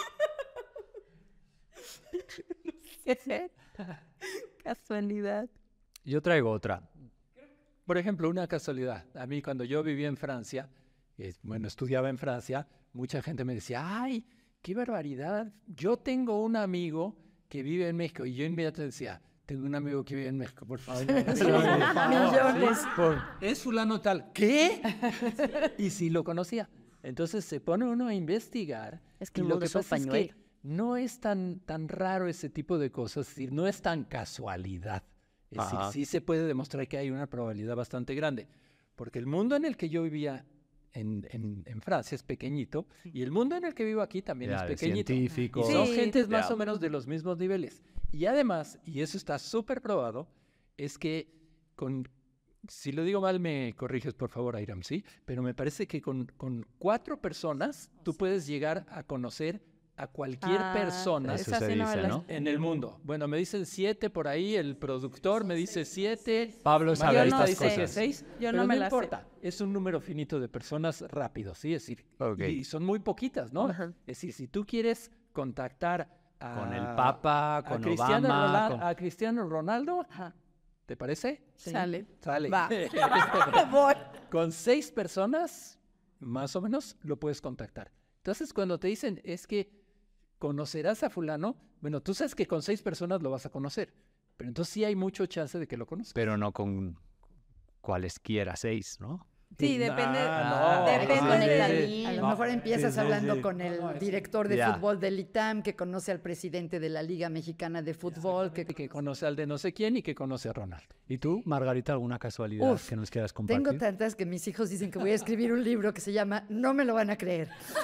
Casualidad. Yo traigo otra. Por ejemplo, una casualidad. A mí cuando yo vivía en Francia, eh, bueno, estudiaba en Francia, mucha gente me decía, ¡ay, qué barbaridad! Yo tengo un amigo que vive en México. Y yo inmediatamente decía, tengo un amigo que vive en México, por favor. Millones. Sí, por- es fulano tal. ¿Qué? Y sí lo conocía. Entonces se pone uno a investigar. Es que y el lo mundo que es un pasa es que pañuelo. no es tan, tan raro ese tipo de cosas, es decir, no es tan casualidad. Es decir, Ajá. sí se puede demostrar que hay una probabilidad bastante grande. Porque el mundo en el que yo vivía en, en, en Francia es pequeñito y el mundo en el que vivo aquí también Ya, es de pequeñito. científicos. Y son Sí. gentes más Ya. o menos de los mismos niveles. Y además, y eso está súper probado, es que con, si lo digo mal me corriges por favor, Airam, ¿sí? Pero me parece que con, con cuatro personas tú puedes llegar a conocer a cualquier Ah, persona Eso esa se sí no me dice, la- ¿no? en el mundo. Bueno, me dicen siete por ahí, el productor me dice siete. Pablo sabe Yo Margarita no dice sé. que seis, Yo pero no me no la sé. importa. Es un número finito de personas rápido, ¿sí? Es decir, Ok. y son muy poquitas, ¿no? Ajá. Es decir, si tú quieres contactar a, Con el Papa, a con Cristiano Obama, Rola- con- a Cristiano Ronaldo, ¿te parece? Sale. Sale. Va. Con seis personas, más o menos, lo puedes contactar. Entonces, cuando te dicen, es que conocerás a fulano, bueno, tú sabes que con seis personas lo vas a conocer, pero entonces sí hay mucho chance de que lo conozcas. Pero no con cualesquiera seis, ¿no? Sí, depende. Ah, no. Depende Hay que de- conectar A bien. lo No, mejor empiezas sí, sí, hablando sí. con el No, no, es- director de Ya. fútbol del I T A M, que conoce al presidente de la Liga Mexicana de Fútbol, que Que conoce al de no sé quién y que conoce a Ronaldo. ¿Y tú, Margarita, alguna casualidad Uf, que nos quieras compartir? tengo tantas que mis hijos dicen que voy a escribir un libro que se llama No me lo van a creer.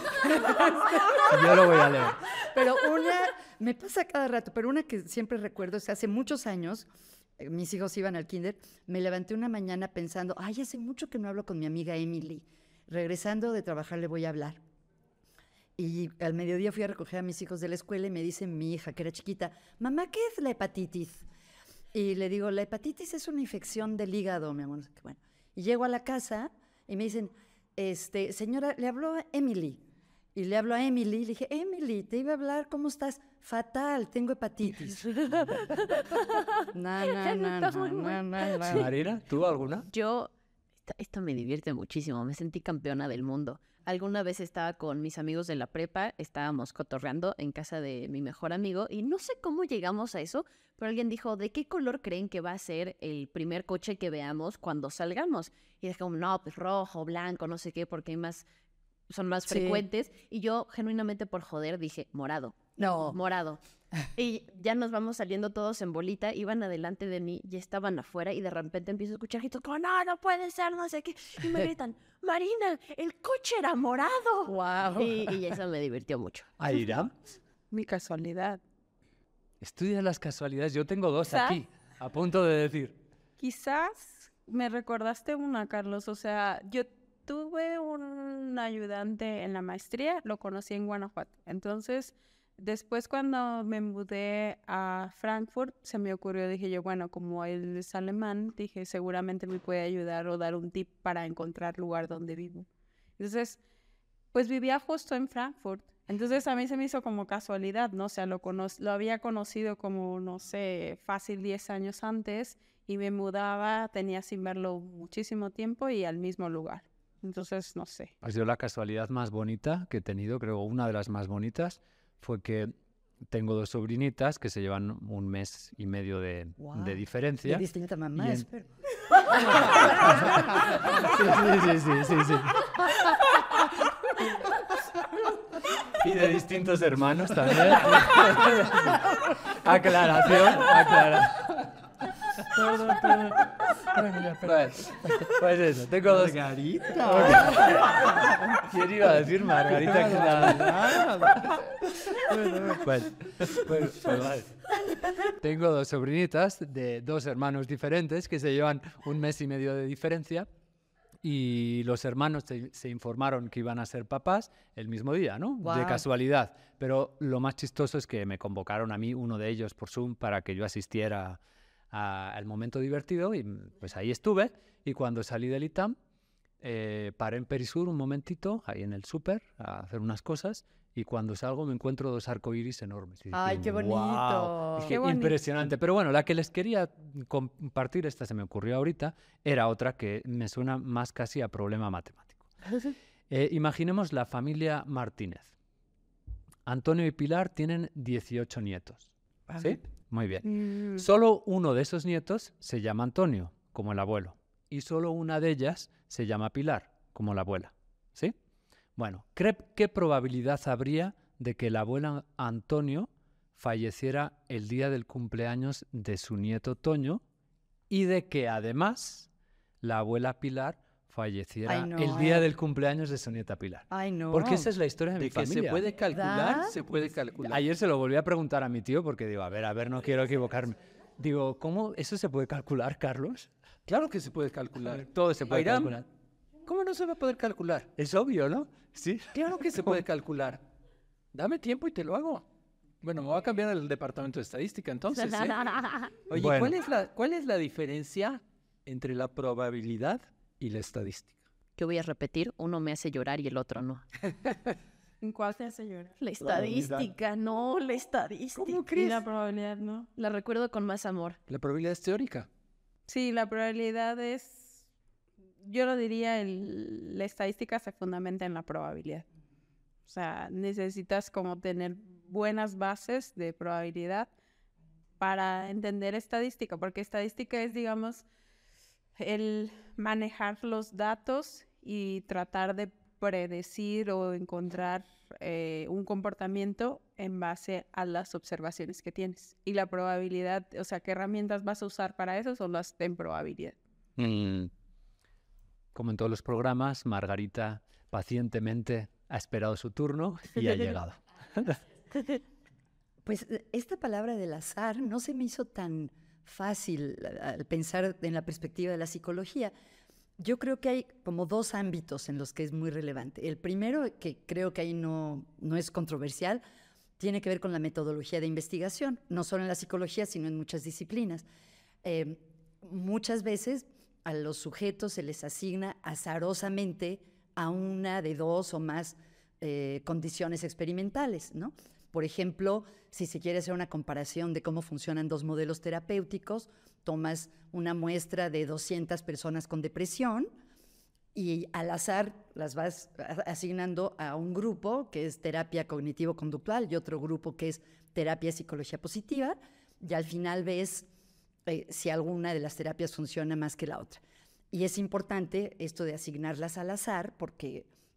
Yo lo voy a leer. Pero una, me pasa cada rato, pero una que siempre recuerdo, es hace muchos años, eh, mis hijos iban al kinder, me levanté una mañana pensando, ay, hace mucho que no hablo con mi amiga Emily. Regresando de trabajar le voy a hablar. Y al mediodía fui a recoger a mis hijos de la escuela y me dice mi hija, que era chiquita, mamá, ¿qué es la hepatitis? Y le digo, la hepatitis es una infección del hígado, mi amor. Bueno, y llego a la casa y me dicen, este, señora, le habló a Emily. Y le hablo a Emily y le dije, Emily, te iba a hablar, ¿cómo estás? Fatal, tengo hepatitis. No, no, no, no, no, no, no. Marina, ¿tú alguna? Yo, esto, esto me divierte muchísimo, me sentí campeona del mundo. Alguna vez estaba con mis amigos de la prepa, estábamos cotorreando en casa de mi mejor amigo y no sé cómo llegamos a eso, pero alguien dijo, ¿de qué color creen que va a ser el primer coche que veamos cuando salgamos? Y dije, no, pues rojo, blanco, no sé qué, porque hay más son más Sí. frecuentes. Y yo, genuinamente por joder, dije, morado. No. Morado. Y ya nos vamos saliendo todos en bolita, iban adelante de mí, ya estaban afuera y de repente empiezo a escuchar gritos como, no, no puede ser, no sé qué. Y me gritan, Marina, el coche era morado. Wow. Y, y eso me divirtió mucho. Aira, Mi casualidad. estudia las casualidades. Yo tengo dos ¿Sabes? aquí, a punto de decir. Quizás me recordaste una, Carlos. O sea, yo tuve un ayudante en la maestría, lo conocí en Guanajuato. Entonces, después cuando me mudé a Frankfurt, se me ocurrió, dije yo, bueno, como él es alemán, dije, seguramente me puede ayudar o dar un tip para encontrar lugar donde vivo. Entonces, pues vivía justo en Frankfurt. Entonces a mí se me hizo como casualidad, ¿no? O sea, lo, cono lo había conocido como, no sé, fácil diez años antes y me mudaba, tenía sin verlo muchísimo tiempo y al mismo lugar. Entonces, no sé. Ha sido la casualidad más bonita que he tenido, creo, una de las más bonitas, fue que tengo dos sobrinitas que se llevan un mes y medio de, Wow. de diferencia. De distinta mamá, Y en- espero. Sí, sí, sí, sí, sí. Y de distintos hermanos también. Aclaración, aclaración. Perdón, perdón. Pues, pues eso, tengo dos. Margarita. ¿Quién iba a decir Margarita? Que nada. Pues, pues, pues vale. Tengo dos sobrinitas de dos hermanos diferentes que se llevan un mes y medio de diferencia. Y los hermanos se, se informaron que iban a ser papás el mismo día, ¿no? Guau. De casualidad. Pero lo más chistoso es que me convocaron a mí, uno de ellos, por Zoom, para que yo asistiera a- al momento divertido. Y pues ahí estuve. Y cuando salí del ITAM, eh, paré en Perisur un momentito, ahí en el súper, a hacer unas cosas. Y cuando salgo me encuentro dos arcoíris enormes. Y Ay, dije, qué bonito. "Guau". Dije, Qué bonito. impresionante. Pero bueno, la que les quería compartir, esta se me ocurrió ahorita, era otra que me suena más casi a problema matemático. Eh, imaginemos la familia Martínez. Antonio y Pilar tienen dieciocho nietos. ¿Sí? Muy bien. Mm, Solo uno de esos nietos se llama Antonio, como el abuelo. Y solo una de ellas se llama Pilar, como la abuela. ¿Sí? Bueno, ¿qué, qué probabilidad habría de que el abuelo Antonio falleciera el día del cumpleaños de su nieto Toño y de que además la abuela Pilar falleciera Ay, no. el día del cumpleaños de su nieta Pilar? Ay, no. Porque esa es la historia de, De mi que familia. se puede calcular, ¿Verdad? se puede calcular. Ayer se lo volví a preguntar a mi tío porque digo, a ver, a ver, no quiero equivocarme. Digo, ¿cómo eso se puede calcular, Carlos? Claro que se puede calcular. Todo se puede Airam, calcular. ¿Cómo no se va a poder calcular? Es obvio, ¿no? Sí. Claro que se puede calcular. Dame tiempo y te lo hago. Bueno, me voy a cambiar el departamento de estadística entonces. ¿eh? Oye, Bueno. ¿cuál es la, cuál es la diferencia entre la probabilidad y la estadística? Que voy a repetir, uno me hace llorar y el otro no. ¿En cuál te hace llorar? La estadística, no, la estadística. ¿Cómo Y crees? la probabilidad, ¿no? La recuerdo con más amor. La probabilidad es teórica. Sí, la probabilidad es, yo lo diría, el- la estadística se fundamenta en la probabilidad. O sea, necesitas como tener buenas bases de probabilidad para entender estadística, porque estadística es, digamos, el manejar los datos y tratar de predecir o encontrar eh, un comportamiento en base a las observaciones que tienes. Y la probabilidad, o sea, ¿qué herramientas vas a usar para eso? Son las en probabilidad. Mm. Como en todos los programas, Margarita pacientemente ha esperado su turno y ha llegado. Pues eh, esta palabra del azar no se me hizo tan fácil a- al pensar en la perspectiva de la psicología. Yo creo que hay como dos ámbitos en los que es muy relevante. El primero, que creo que ahí no, no es controversial, tiene que ver con la metodología de investigación, no solo en la psicología, sino en muchas disciplinas. Eh, muchas veces a los sujetos se les asigna azarosamente a una de dos o más eh, condiciones experimentales, ¿no? Por ejemplo, si se quiere hacer una comparación de cómo funcionan dos modelos terapéuticos, tomas una muestra de doscientas personas con depresión y al azar las vas a- asignando a un grupo que es terapia cognitivo-conductual y otro grupo que es terapia psicología positiva, y al final ves eh, si alguna de las terapias funciona más que la otra. Y es importante esto de asignarlas al azar porque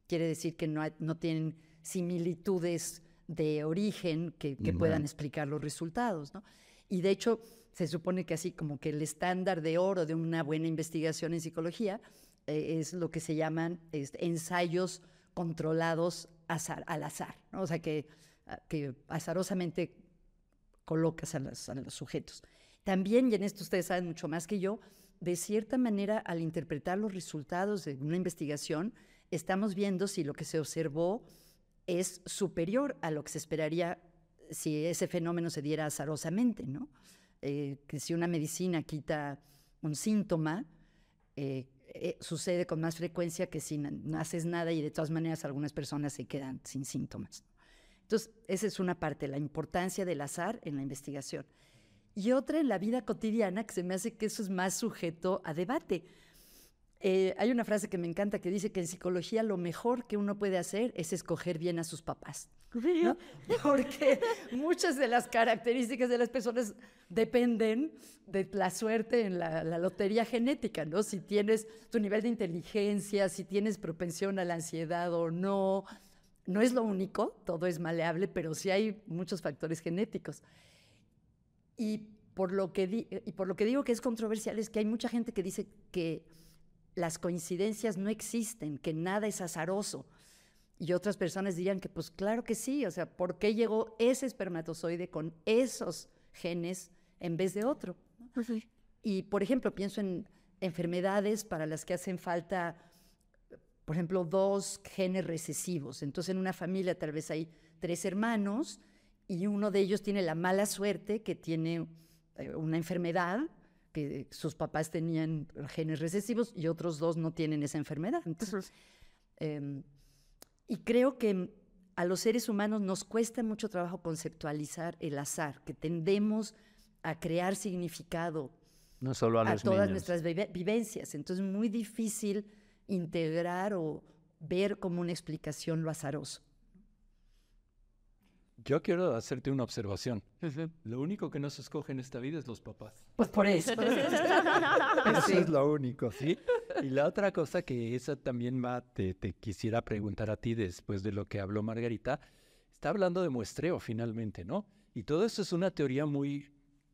quiere decir que no, hay, no tienen similitudes de origen que, que puedan explicar los resultados, ¿no? Y de hecho, se supone que así como que el estándar de oro de una buena investigación en psicología eh, es lo que se llaman este, ensayos controlados azar, al azar, ¿no? O sea, que, que azarosamente colocas a los, a los sujetos. También, y en esto ustedes saben mucho más que yo, de cierta manera, al interpretar los resultados de una investigación, estamos viendo si lo que se observó es superior a lo que se esperaría si ese fenómeno se diera azarosamente, ¿no? Eh, que si una medicina quita un síntoma, eh, eh, sucede con más frecuencia que si no haces nada y de todas maneras algunas personas se quedan sin síntomas. Entonces, esa es una parte, la importancia del azar en la investigación. Y otra en la vida cotidiana, que se me hace que eso es más sujeto a debate. Eh, hay una frase que me encanta que dice que en psicología lo mejor que uno puede hacer es escoger bien a sus papás, ¿no? Porque muchas de las características de las personas dependen de la suerte en la, la lotería genética, ¿no? Si tienes tu nivel de inteligencia, si tienes propensión a la ansiedad o no. No es lo único, todo es maleable, pero sí hay muchos factores genéticos. Y por lo que, di- y por lo que digo que es controversial es que hay mucha gente que dice que las coincidencias no existen, que nada es azaroso. Y otras personas dirían que pues claro que sí, o sea, ¿por qué llegó ese espermatozoide con esos genes en vez de otro? ¿No? Sí. Y, por ejemplo, pienso en enfermedades para las que hacen falta, por ejemplo, dos genes recesivos. Entonces, en una familia tal vez hay tres hermanos y uno de ellos tiene la mala suerte que tiene eh, una enfermedad, que sus papás tenían genes recesivos y otros dos no tienen esa enfermedad. Entonces, eh, y creo que a los seres humanos nos cuesta mucho trabajo conceptualizar el azar, que tendemos a crear significado No solo a a los todas niños. nuestras vive- vivencias. Entonces es muy difícil integrar o ver como una explicación lo azaroso. Yo quiero hacerte una observación. Lo único que no se escoge en esta vida es los papás. Pues por eso. Eso es lo único, ¿sí? Y la otra cosa que esa también va, te, te quisiera preguntar a ti después de lo que habló Margarita, está hablando de muestreo finalmente, ¿no? Y todo eso es una teoría muy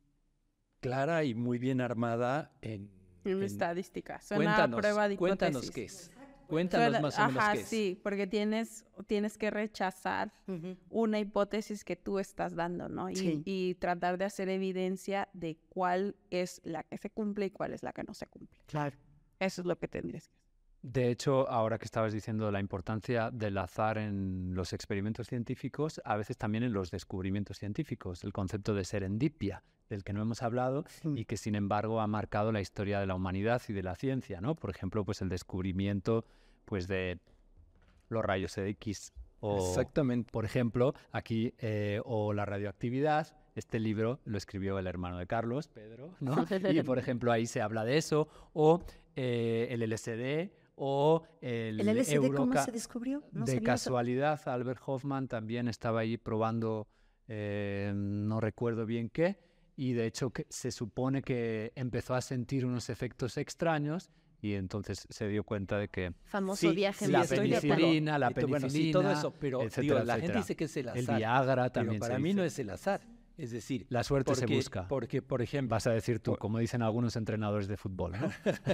clara y muy bien armada en... En en- estadística. Suena a Cuéntanos, prueba de hipótesis. cuéntanos qué es. Cuéntanos Suena- más o menos ajá, qué es. sí, porque tienes, tienes que rechazar Ujú. una hipótesis que tú estás dando, ¿no? Y, Sí. y tratar de hacer evidencia de cuál es la que se cumple y cuál es la que no se cumple. Claro. Eso es lo que tendrías que hacer. De hecho, ahora que estabas diciendo la importancia del azar en los experimentos científicos, a veces también en los descubrimientos científicos, el concepto de serendipia, del que no hemos hablado Mm. y que sin embargo ha marcado la historia de la humanidad y de la ciencia, ¿no? Por ejemplo, pues el descubrimiento pues de los rayos X o, Exactamente. por ejemplo, aquí eh, o la radioactividad. Este libro lo escribió el hermano de Carlos, Pedro, ¿no? Y por ejemplo ahí se habla de eso, o eh, el L S D, o el, ¿El L S D cómo Euroca- se descubrió? No de sabía eso. casualidad, Albert Hoffman también estaba ahí probando, eh, no recuerdo bien qué, y de hecho que se supone que empezó a sentir unos efectos extraños y entonces se dio cuenta de que Famoso Sí, viaje sí, la estoy de acuerdo. penicilina, la Y tú- bueno, sí, penicilina, todo eso, pero etcétera, digo, la gente etcétera. dice que es el azar. El Viagra Pero también para se mí dice. no es el azar. Es decir, La suerte se porque- busca. Porque, por ejemplo, Vas a decir tú, Por- como dicen algunos entrenadores de fútbol, ¿no?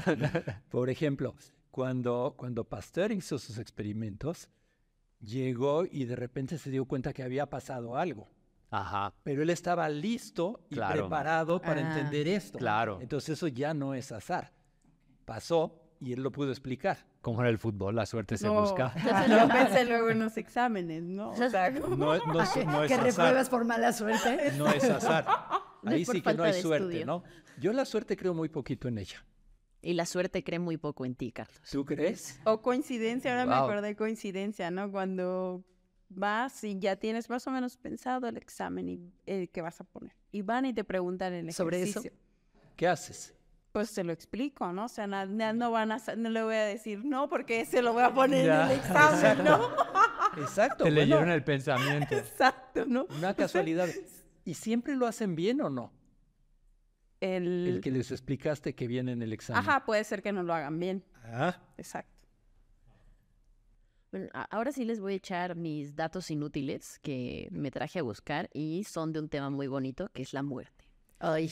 por ejemplo, cuando, cuando Pasteur hizo sus experimentos, llegó y de repente se dio cuenta que había pasado algo. Ajá, Pero él estaba listo y Claro. preparado para Ah, entender esto. claro. Entonces eso ya no es azar. Pasó y él lo pudo explicar. como en el fútbol, la suerte se No, busca. Yo pensé luego en los exámenes, ¿no? O sea, como- No, es- no, es- ¿Que, no es que azar. repruebas por mala suerte? No es azar. No Ahí es por sí que no falta hay de suerte, estudio. ¿no? Yo la suerte creo muy poquito en ella. Y la suerte cree muy poco en ti, Carlos. ¿Tú crees? O coincidencia, ahora me Wow. acordé de coincidencia, ¿no? Cuando vas y ya tienes más o menos pensado el examen y, eh, que vas a poner. Y van y te preguntan el ¿Sobre eso? ejercicio. ¿Qué haces? Pues te lo explico, ¿no? O sea, na- na- no van a, sa- no le voy a decir no porque se lo voy a poner Ya, en el examen, ¿no? Exacto. Te bueno, leyeron el pensamiento. Exacto, ¿no? Una casualidad. ¿Y siempre lo hacen bien o no? El... El que les explicaste que viene en el examen. Ajá, puede ser que no lo hagan bien. Ah, Exacto. Bueno, a- ahora sí les voy a echar mis datos inútiles que me traje a buscar y son de un tema muy bonito, que es la muerte. Ay,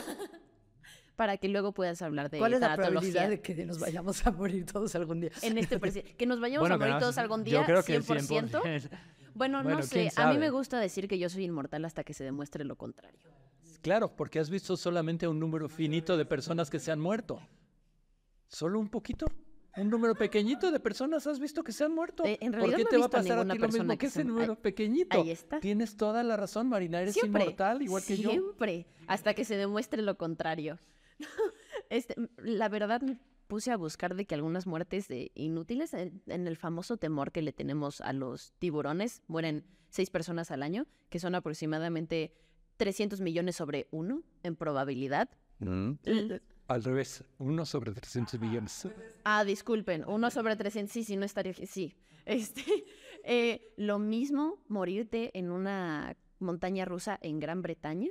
Para que luego puedas hablar de ¿cuál es la tanatología. probabilidad de que nos vayamos a morir todos algún día? En este presi- que nos vayamos Bueno, a que morir no- todos algún yo día, creo que cien por ciento. Bueno, Bueno, no sé, quién a mí sabe. me gusta decir que yo soy inmortal hasta que se demuestre lo contrario. Claro, porque has visto solamente un número finito de personas que se han muerto. ¿Solo un poquito? ¿Un número pequeñito de personas has visto que se han muerto? Eh, en ¿Por realidad qué no he te va a visto a pasar a ninguna ti lo mismo persona que que ese se- número ahí- pequeñito? ahí está. Tienes toda la razón, Marina. Eres Siempre, inmortal, igual que yo. siempre, hasta que se demuestre lo contrario. Este, m- la verdad, me puse a buscar de que algunas muertes eh, inútiles, en, en el famoso temor que le tenemos a los tiburones, mueren seis personas al año, que son aproximadamente trescientos millones sobre uno en probabilidad. L- Al revés, uno sobre trescientos millones. Ah, disculpen, uno sobre trescientos, sí, sí, no estaría, sí. Este, eh, lo mismo morirte en una montaña rusa en Gran Bretaña.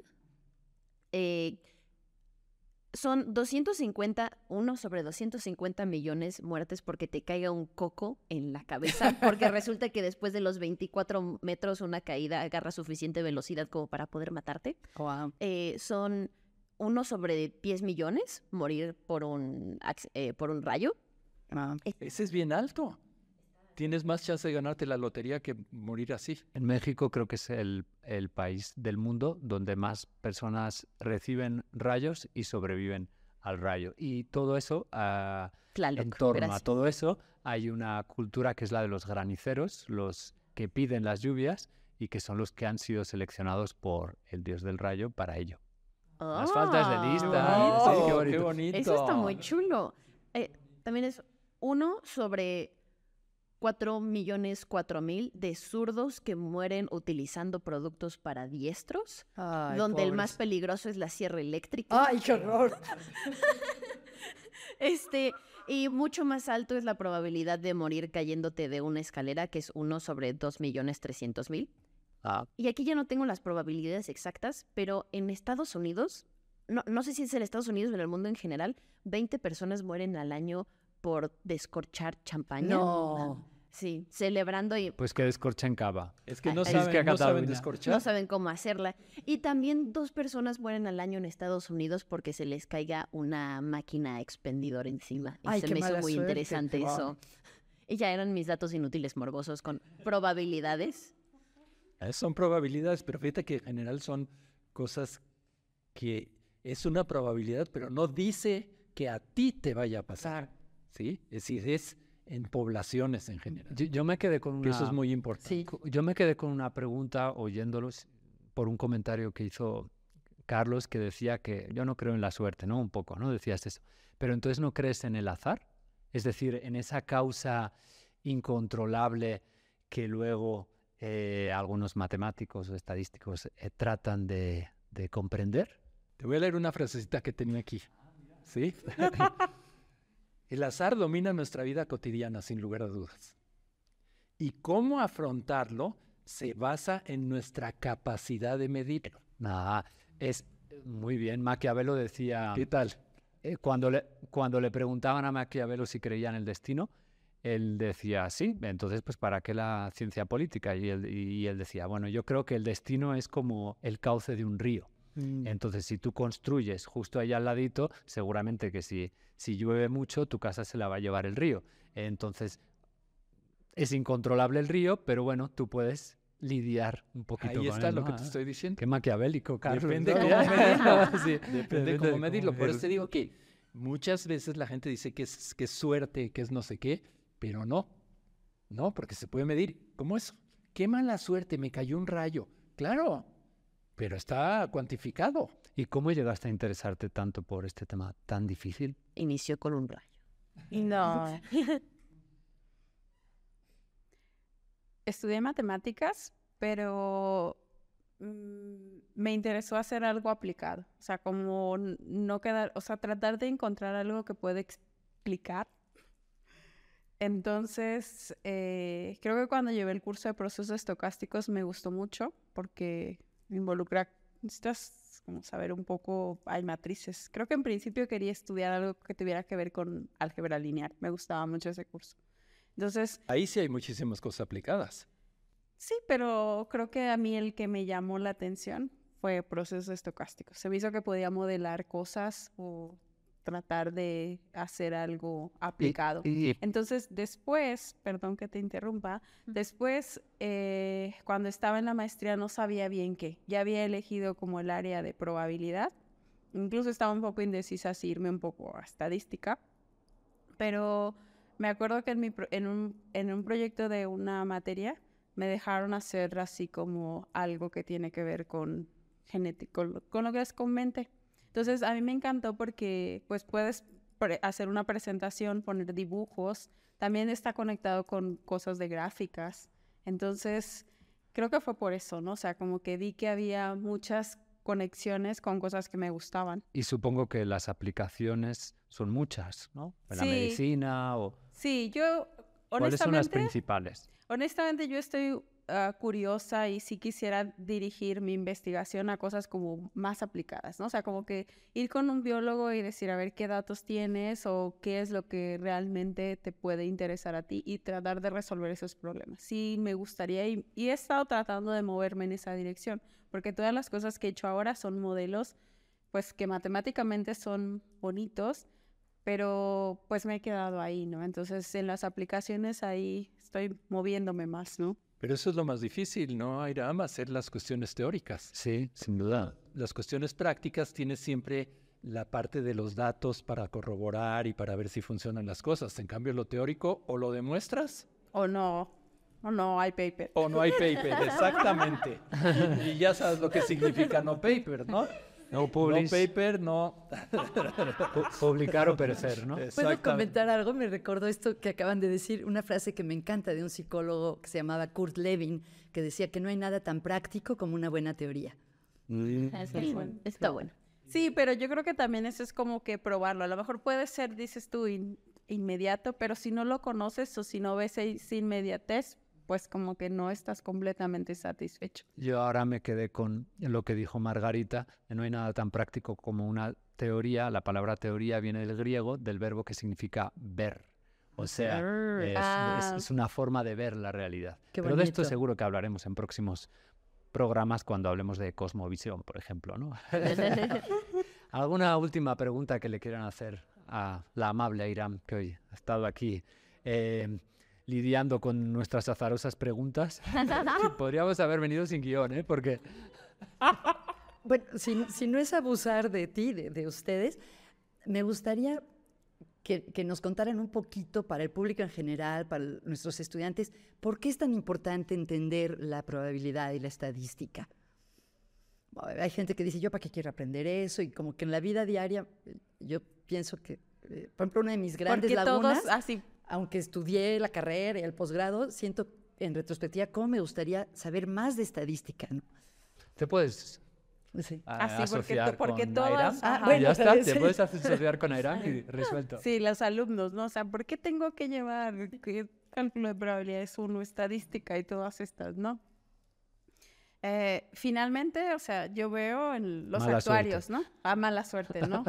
Eh, son doscientos cincuenta, uno sobre doscientos cincuenta millones muertes porque te caiga un coco en la cabeza, porque resulta que después de los veinticuatro metros una caída agarra suficiente velocidad como para poder matarte. Wow. Eh, son uno sobre diez millones morir por un, acc- eh, por un rayo. Ah, Ese es bien alto. Tienes más chance de ganarte la lotería que morir así. En México creo que es el, el país del mundo donde más personas reciben rayos y sobreviven al rayo. Y todo eso, ah, Tlaloc, en torno gracias. a todo eso, hay una cultura que es la de los graniceros, los que piden las lluvias y que son los que han sido seleccionados por el dios del rayo para ello. Las faltas de Ah. lista. Oh, Sí, qué qué bonito. bonito. Eso está muy chulo. Eh, también es uno sobre cuatro millones cuatro mil de zurdos que mueren utilizando productos para diestros, ay, donde el pobres. más peligroso es la sierra eléctrica. ¡Ay, qué horror! Este, y mucho más alto es la probabilidad de morir cayéndote de una escalera, que es uno sobre dos millones trescientos mil. Ah, Y aquí ya no tengo las probabilidades exactas, pero en Estados Unidos, no, no sé si es en Estados Unidos o en el mundo en general, veinte personas mueren al año por descorchar champaña. No. Sí, celebrando y pues que descorchen cava. Es que no Es que saben, no saben Cataluña- descorchar. no saben cómo hacerla. Y también dos personas mueren al año en Estados Unidos porque se les caiga una máquina expendidora encima. Y Ay, se qué me hizo mala muy suerte. interesante Wow. eso. Y ya eran mis datos inútiles morbosos con probabilidades. Eh, Son probabilidades, pero fíjate que en general son cosas que es una probabilidad, pero no dice que a ti te vaya a pasar. ¿Sí? Es decir, es en poblaciones en general. Yo, yo me quedé con una... Que eso es muy importante. Sí. Co- Yo me quedé con una pregunta oyéndolos por un comentario que hizo Carlos que decía que yo no creo en la suerte, ¿no? Un poco, ¿no? Decías eso. Pero entonces no crees en el azar, es decir, en esa causa incontrolable que luego eh, algunos matemáticos o estadísticos eh, tratan de, de comprender. Te voy a leer una frasecita que tenía aquí. ¿Sí? El azar domina nuestra vida cotidiana, sin lugar a dudas. Y cómo afrontarlo se basa en nuestra capacidad de medirlo. Ah, es muy bien. Maquiavelo decía... ¿Qué tal? Eh, cuando, le, cuando le preguntaban a Maquiavelo si creía en el destino, él decía, sí, entonces pues ¿para qué la ciencia política? Y él, y él decía, bueno, yo creo que el destino es como el cauce de un río. Mm. Entonces, si tú construyes justo ahí al ladito, seguramente que si, si llueve mucho, tu casa se la va a llevar el río. Entonces, es incontrolable el río, pero bueno, tú puedes lidiar un poquito Ahí con está él, lo ¿no? que te Ah, estoy diciendo. Qué maquiavélico, Carlos. Depende ¿no? cómo medirlo. Sí, Depende cómo medirlo. Por eso medirlo. te digo que muchas veces la gente dice que es, que es suerte, que es no sé qué, pero no. No, porque se puede medir. ¿Cómo eso? Qué mala suerte, me cayó un rayo. Claro, pero está cuantificado. ¿Y cómo llegaste a interesarte tanto por este tema tan difícil? Inició con un rayo. No. Estudié matemáticas, pero mm, me interesó hacer algo aplicado. O sea, como n- no quedar, o sea, tratar de encontrar algo que pueda explicar. Entonces, eh, creo que cuando llevé el curso de procesos estocásticos me gustó mucho porque involucra, necesitas como saber un poco, hay matrices. Creo que en principio quería estudiar algo que tuviera que ver con álgebra lineal. Me gustaba mucho ese curso. Entonces, Ahí sí hay muchísimas cosas aplicadas. sí, pero creo que a mí el que me llamó la atención fue procesos estocásticos. Se me hizo que podía modelar cosas o tratar de hacer algo aplicado. Y- y- Entonces, después, perdón que te interrumpa, después, eh, cuando estaba en la maestría no sabía bien qué. Ya había elegido como el área de probabilidad. Incluso estaba un poco indecisa si irme un poco a estadística. Pero me acuerdo que en, mi pro- en, un, en un proyecto de una materia me dejaron hacer así como algo que tiene que ver con genética, con, lo- con lo que es con mente. Entonces, a mí me encantó porque pues puedes pre- hacer una presentación, poner dibujos, también está conectado con cosas de gráficas. Entonces, creo que fue por eso, ¿no? O sea, como que vi que había muchas conexiones con cosas que me gustaban. Y supongo que las aplicaciones son muchas, ¿no? En la Sí. medicina o... Sí, yo ¿Cuáles son las honestamente, principales? honestamente yo estoy ah, curiosa y sí quisiera dirigir mi investigación a cosas como más aplicadas, ¿no? O sea, como que ir con un biólogo y decir, a ver, qué datos tienes o qué es lo que realmente te puede interesar a ti y tratar de resolver esos problemas. Sí, me gustaría y, y he estado tratando de moverme en esa dirección, porque todas las cosas que he hecho ahora son modelos, pues que matemáticamente son bonitos, pero pues me he quedado ahí, ¿no? Entonces, en las aplicaciones ahí estoy moviéndome más, ¿no? Pero eso es lo más difícil, ¿no, Airam? Hacer las cuestiones teóricas. Sí, sin duda. Las cuestiones prácticas tienes siempre la parte de los datos para corroborar y para ver si funcionan las cosas. En cambio, lo teórico o lo demuestras O no, o no hay paper. o no hay paper, exactamente. Y ya sabes lo que significa no paper, ¿no? No No publish, paper, no. pu- publicar o perecer, ¿no? ¿Puedo Exactamente. comentar algo? Me recordó esto que acaban de decir, una frase que me encanta de un psicólogo que se llamaba Kurt Lewin, que decía que no hay nada tan práctico como una buena teoría. Así, está bueno. Sí, pero yo creo que también eso es como que probarlo. A lo mejor puede ser, dices tú, in- inmediato, pero si no lo conoces o si no ves esa inmediatez, pues como que no estás completamente satisfecho. Yo ahora me quedé con lo que dijo Margarita, que no hay nada tan práctico como una teoría. La palabra teoría viene del griego, del verbo que significa ver. O sea, es, es- Ah. es una forma de ver la realidad. Qué Pero de esto bonito. seguro que hablaremos en próximos programas cuando hablemos de cosmovisión, por ejemplo, ¿no? ¿Alguna última pregunta que le quieran hacer a la amable Airam, que hoy ha estado aquí eh, lidiando con nuestras azarosas preguntas? Podríamos haber venido sin guión, ¿eh? Porque Bueno, si, si no es abusar de ti, de, de ustedes, me gustaría que, que nos contaran un poquito para el público en general, para el- nuestros estudiantes, por qué es tan importante entender la probabilidad y la estadística. Bueno, hay gente que dice, ¿yo para qué quiero aprender eso? Y como que en la vida diaria, eh, yo pienso que, eh, por ejemplo, una de mis grandes Porque todos lagunas, así, aunque estudié la carrera y el posgrado, siento en retrospectiva cómo me gustaría saber más de estadística, ¿no? te puedes Sí. a- Así, porque asociar to- porque con todas- Airam. ajá. Y Bueno, ya está, ¿sabes? te puedes asociar con Airam y resuelto. sí, los alumnos, ¿no? O sea, ¿por qué tengo que llevar qué cálculo de probabilidades uno, estadística y todas estas, ¿no? Eh, finalmente, o sea, yo veo en los Mala actuarios, ¿no? Ah, mala suerte, ¿no?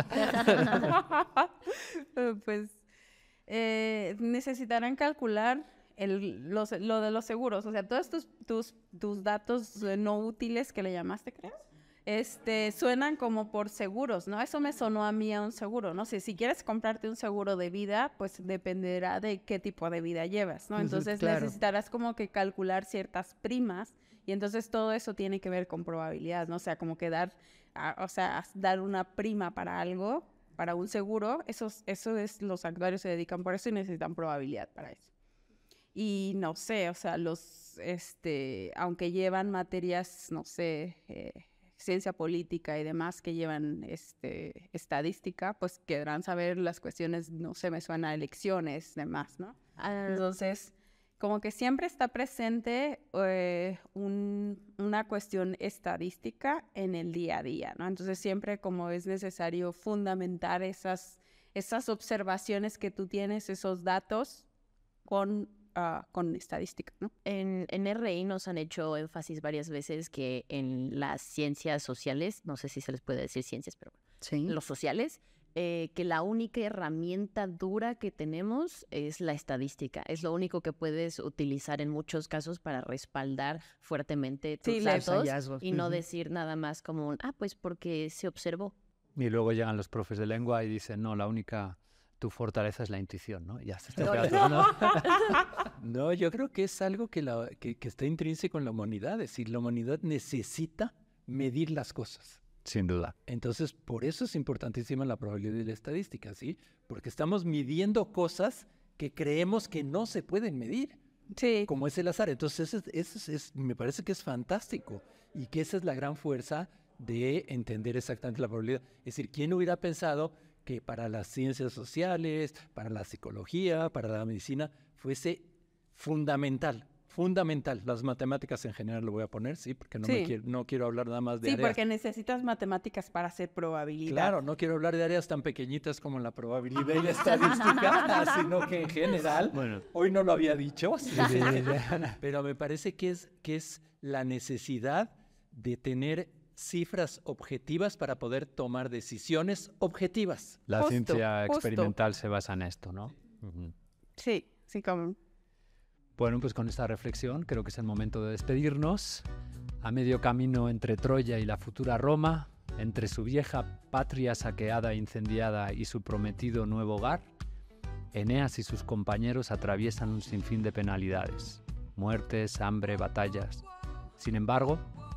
Eh, pues eh, necesitarán calcular el, los- lo de los seguros, o sea, todos tus, tus, tus datos eh, no útiles que le llamaste, creo. Este, suenan como por seguros, ¿no? Eso me sonó a mí a un seguro, ¿no? Si, si quieres comprarte un seguro de vida, pues dependerá de qué tipo de vida llevas, ¿no? Ujú, Entonces claro. necesitarás como que calcular ciertas primas y entonces todo eso tiene que ver con probabilidad, ¿no? O sea, como que dar, ah, o sea, dar una prima para algo, para un seguro, eso, es- eso es, los actuarios se dedican por eso y necesitan probabilidad para eso. Y no sé, o sea, los, este, aunque llevan materias, no sé, eh, ciencia política y demás que llevan este, estadística, pues querrán saber las cuestiones, no sé, me suena a elecciones, demás, ¿no? Ah, Entonces, como que siempre está presente eh, un- una cuestión estadística en el día a día, ¿no? Entonces, siempre como es necesario fundamentar esas, esas observaciones que tú tienes, esos datos con, ah, con estadística, ¿no? En, en R I nos han hecho énfasis varias veces que en las ciencias sociales, no sé si se les puede decir ciencias, pero Sí. los sociales, eh, que la única herramienta dura que tenemos es la estadística. Es lo único que puedes utilizar en muchos casos para respaldar fuertemente tus Sí, los datos hallazgos. y no Ujú. decir nada más como, un, ah, pues porque se observó. Y luego llegan los profes de lengua y dicen, no, la única, tu fortaleza es la intuición, ¿no? Y ya se está pegando, ¿no? No, yo creo que es algo que, la, que, que está intrínseco en la humanidad. Es decir, la humanidad necesita medir las cosas. Sin duda. Entonces, por eso es importantísima la probabilidad y la estadística, ¿sí? Porque estamos midiendo cosas que creemos que no se pueden medir, Sí. como es el azar. Entonces, eso, es, eso es- es- me parece que es fantástico y que esa es la gran fuerza de entender exactamente la probabilidad. Es decir, ¿quién hubiera pensado que para las ciencias sociales, para la psicología, para la medicina, fuese fundamental? Fundamental. Las matemáticas en general lo voy a poner, sí, porque no, me Sí. quiero, no quiero hablar nada más de Sí, áreas. porque necesitas matemáticas para hacer probabilidad. Claro, no quiero hablar de áreas tan pequeñitas como la probabilidad y la estadística, sino que en general, Bueno. hoy no lo había dicho, sí, sí, pero me parece que es, que es la necesidad de tener cifras objetivas para poder tomar decisiones objetivas. La Justo, ciencia justo. experimental se basa en esto, ¿no? Ujú. Sí, sí, como... Bueno, pues con esta reflexión creo que es el momento de despedirnos. A medio camino entre Troya y la futura Roma, entre su vieja patria saqueada e incendiada y su prometido nuevo hogar, Eneas y sus compañeros atraviesan un sinfín de penalidades, muertes, hambre, batallas. Sin embargo,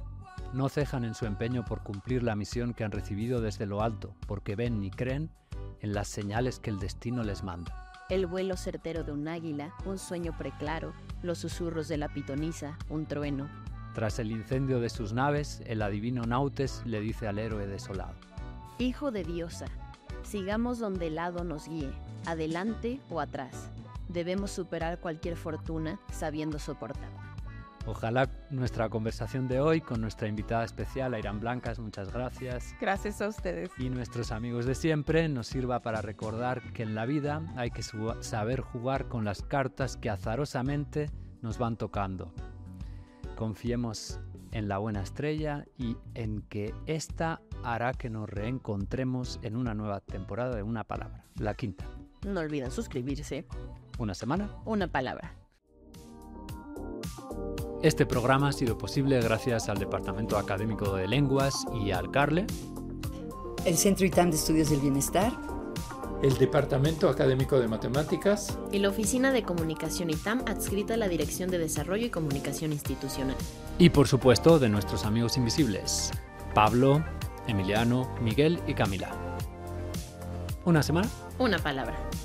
no cejan en su empeño por cumplir la misión que han recibido desde lo alto, porque ven y creen en las señales que el destino les manda. El vuelo certero de un águila, un sueño preclaro, los susurros de la pitonisa, un trueno. Tras el incendio de sus naves, el adivino Nautes le dice al héroe desolado: Hijo de diosa, sigamos donde el hado nos guíe, adelante o atrás. Debemos superar cualquier fortuna sabiendo soportarla. Ojalá nuestra conversación de hoy con nuestra invitada especial, Airán Blancas, muchas gracias, Gracias a ustedes. y nuestros amigos de siempre, nos sirva para recordar que en la vida hay que su- saber jugar con las cartas que azarosamente nos van tocando. Confiemos en la buena estrella y en que esta hará que nos reencontremos en una nueva temporada de Una Palabra, la quinta. No olviden suscribirse. Una semana. Una palabra. Este programa ha sido posible gracias al Departamento Académico de Lenguas y al CARLE. El Centro ITAM de Estudios del Bienestar. El Departamento Académico de Matemáticas. Y la Oficina de Comunicación ITAM adscrita a la Dirección de Desarrollo y Comunicación Institucional. Y por supuesto de nuestros amigos invisibles, Pablo, Emiliano, Miguel y Camila. Una semana. Una palabra.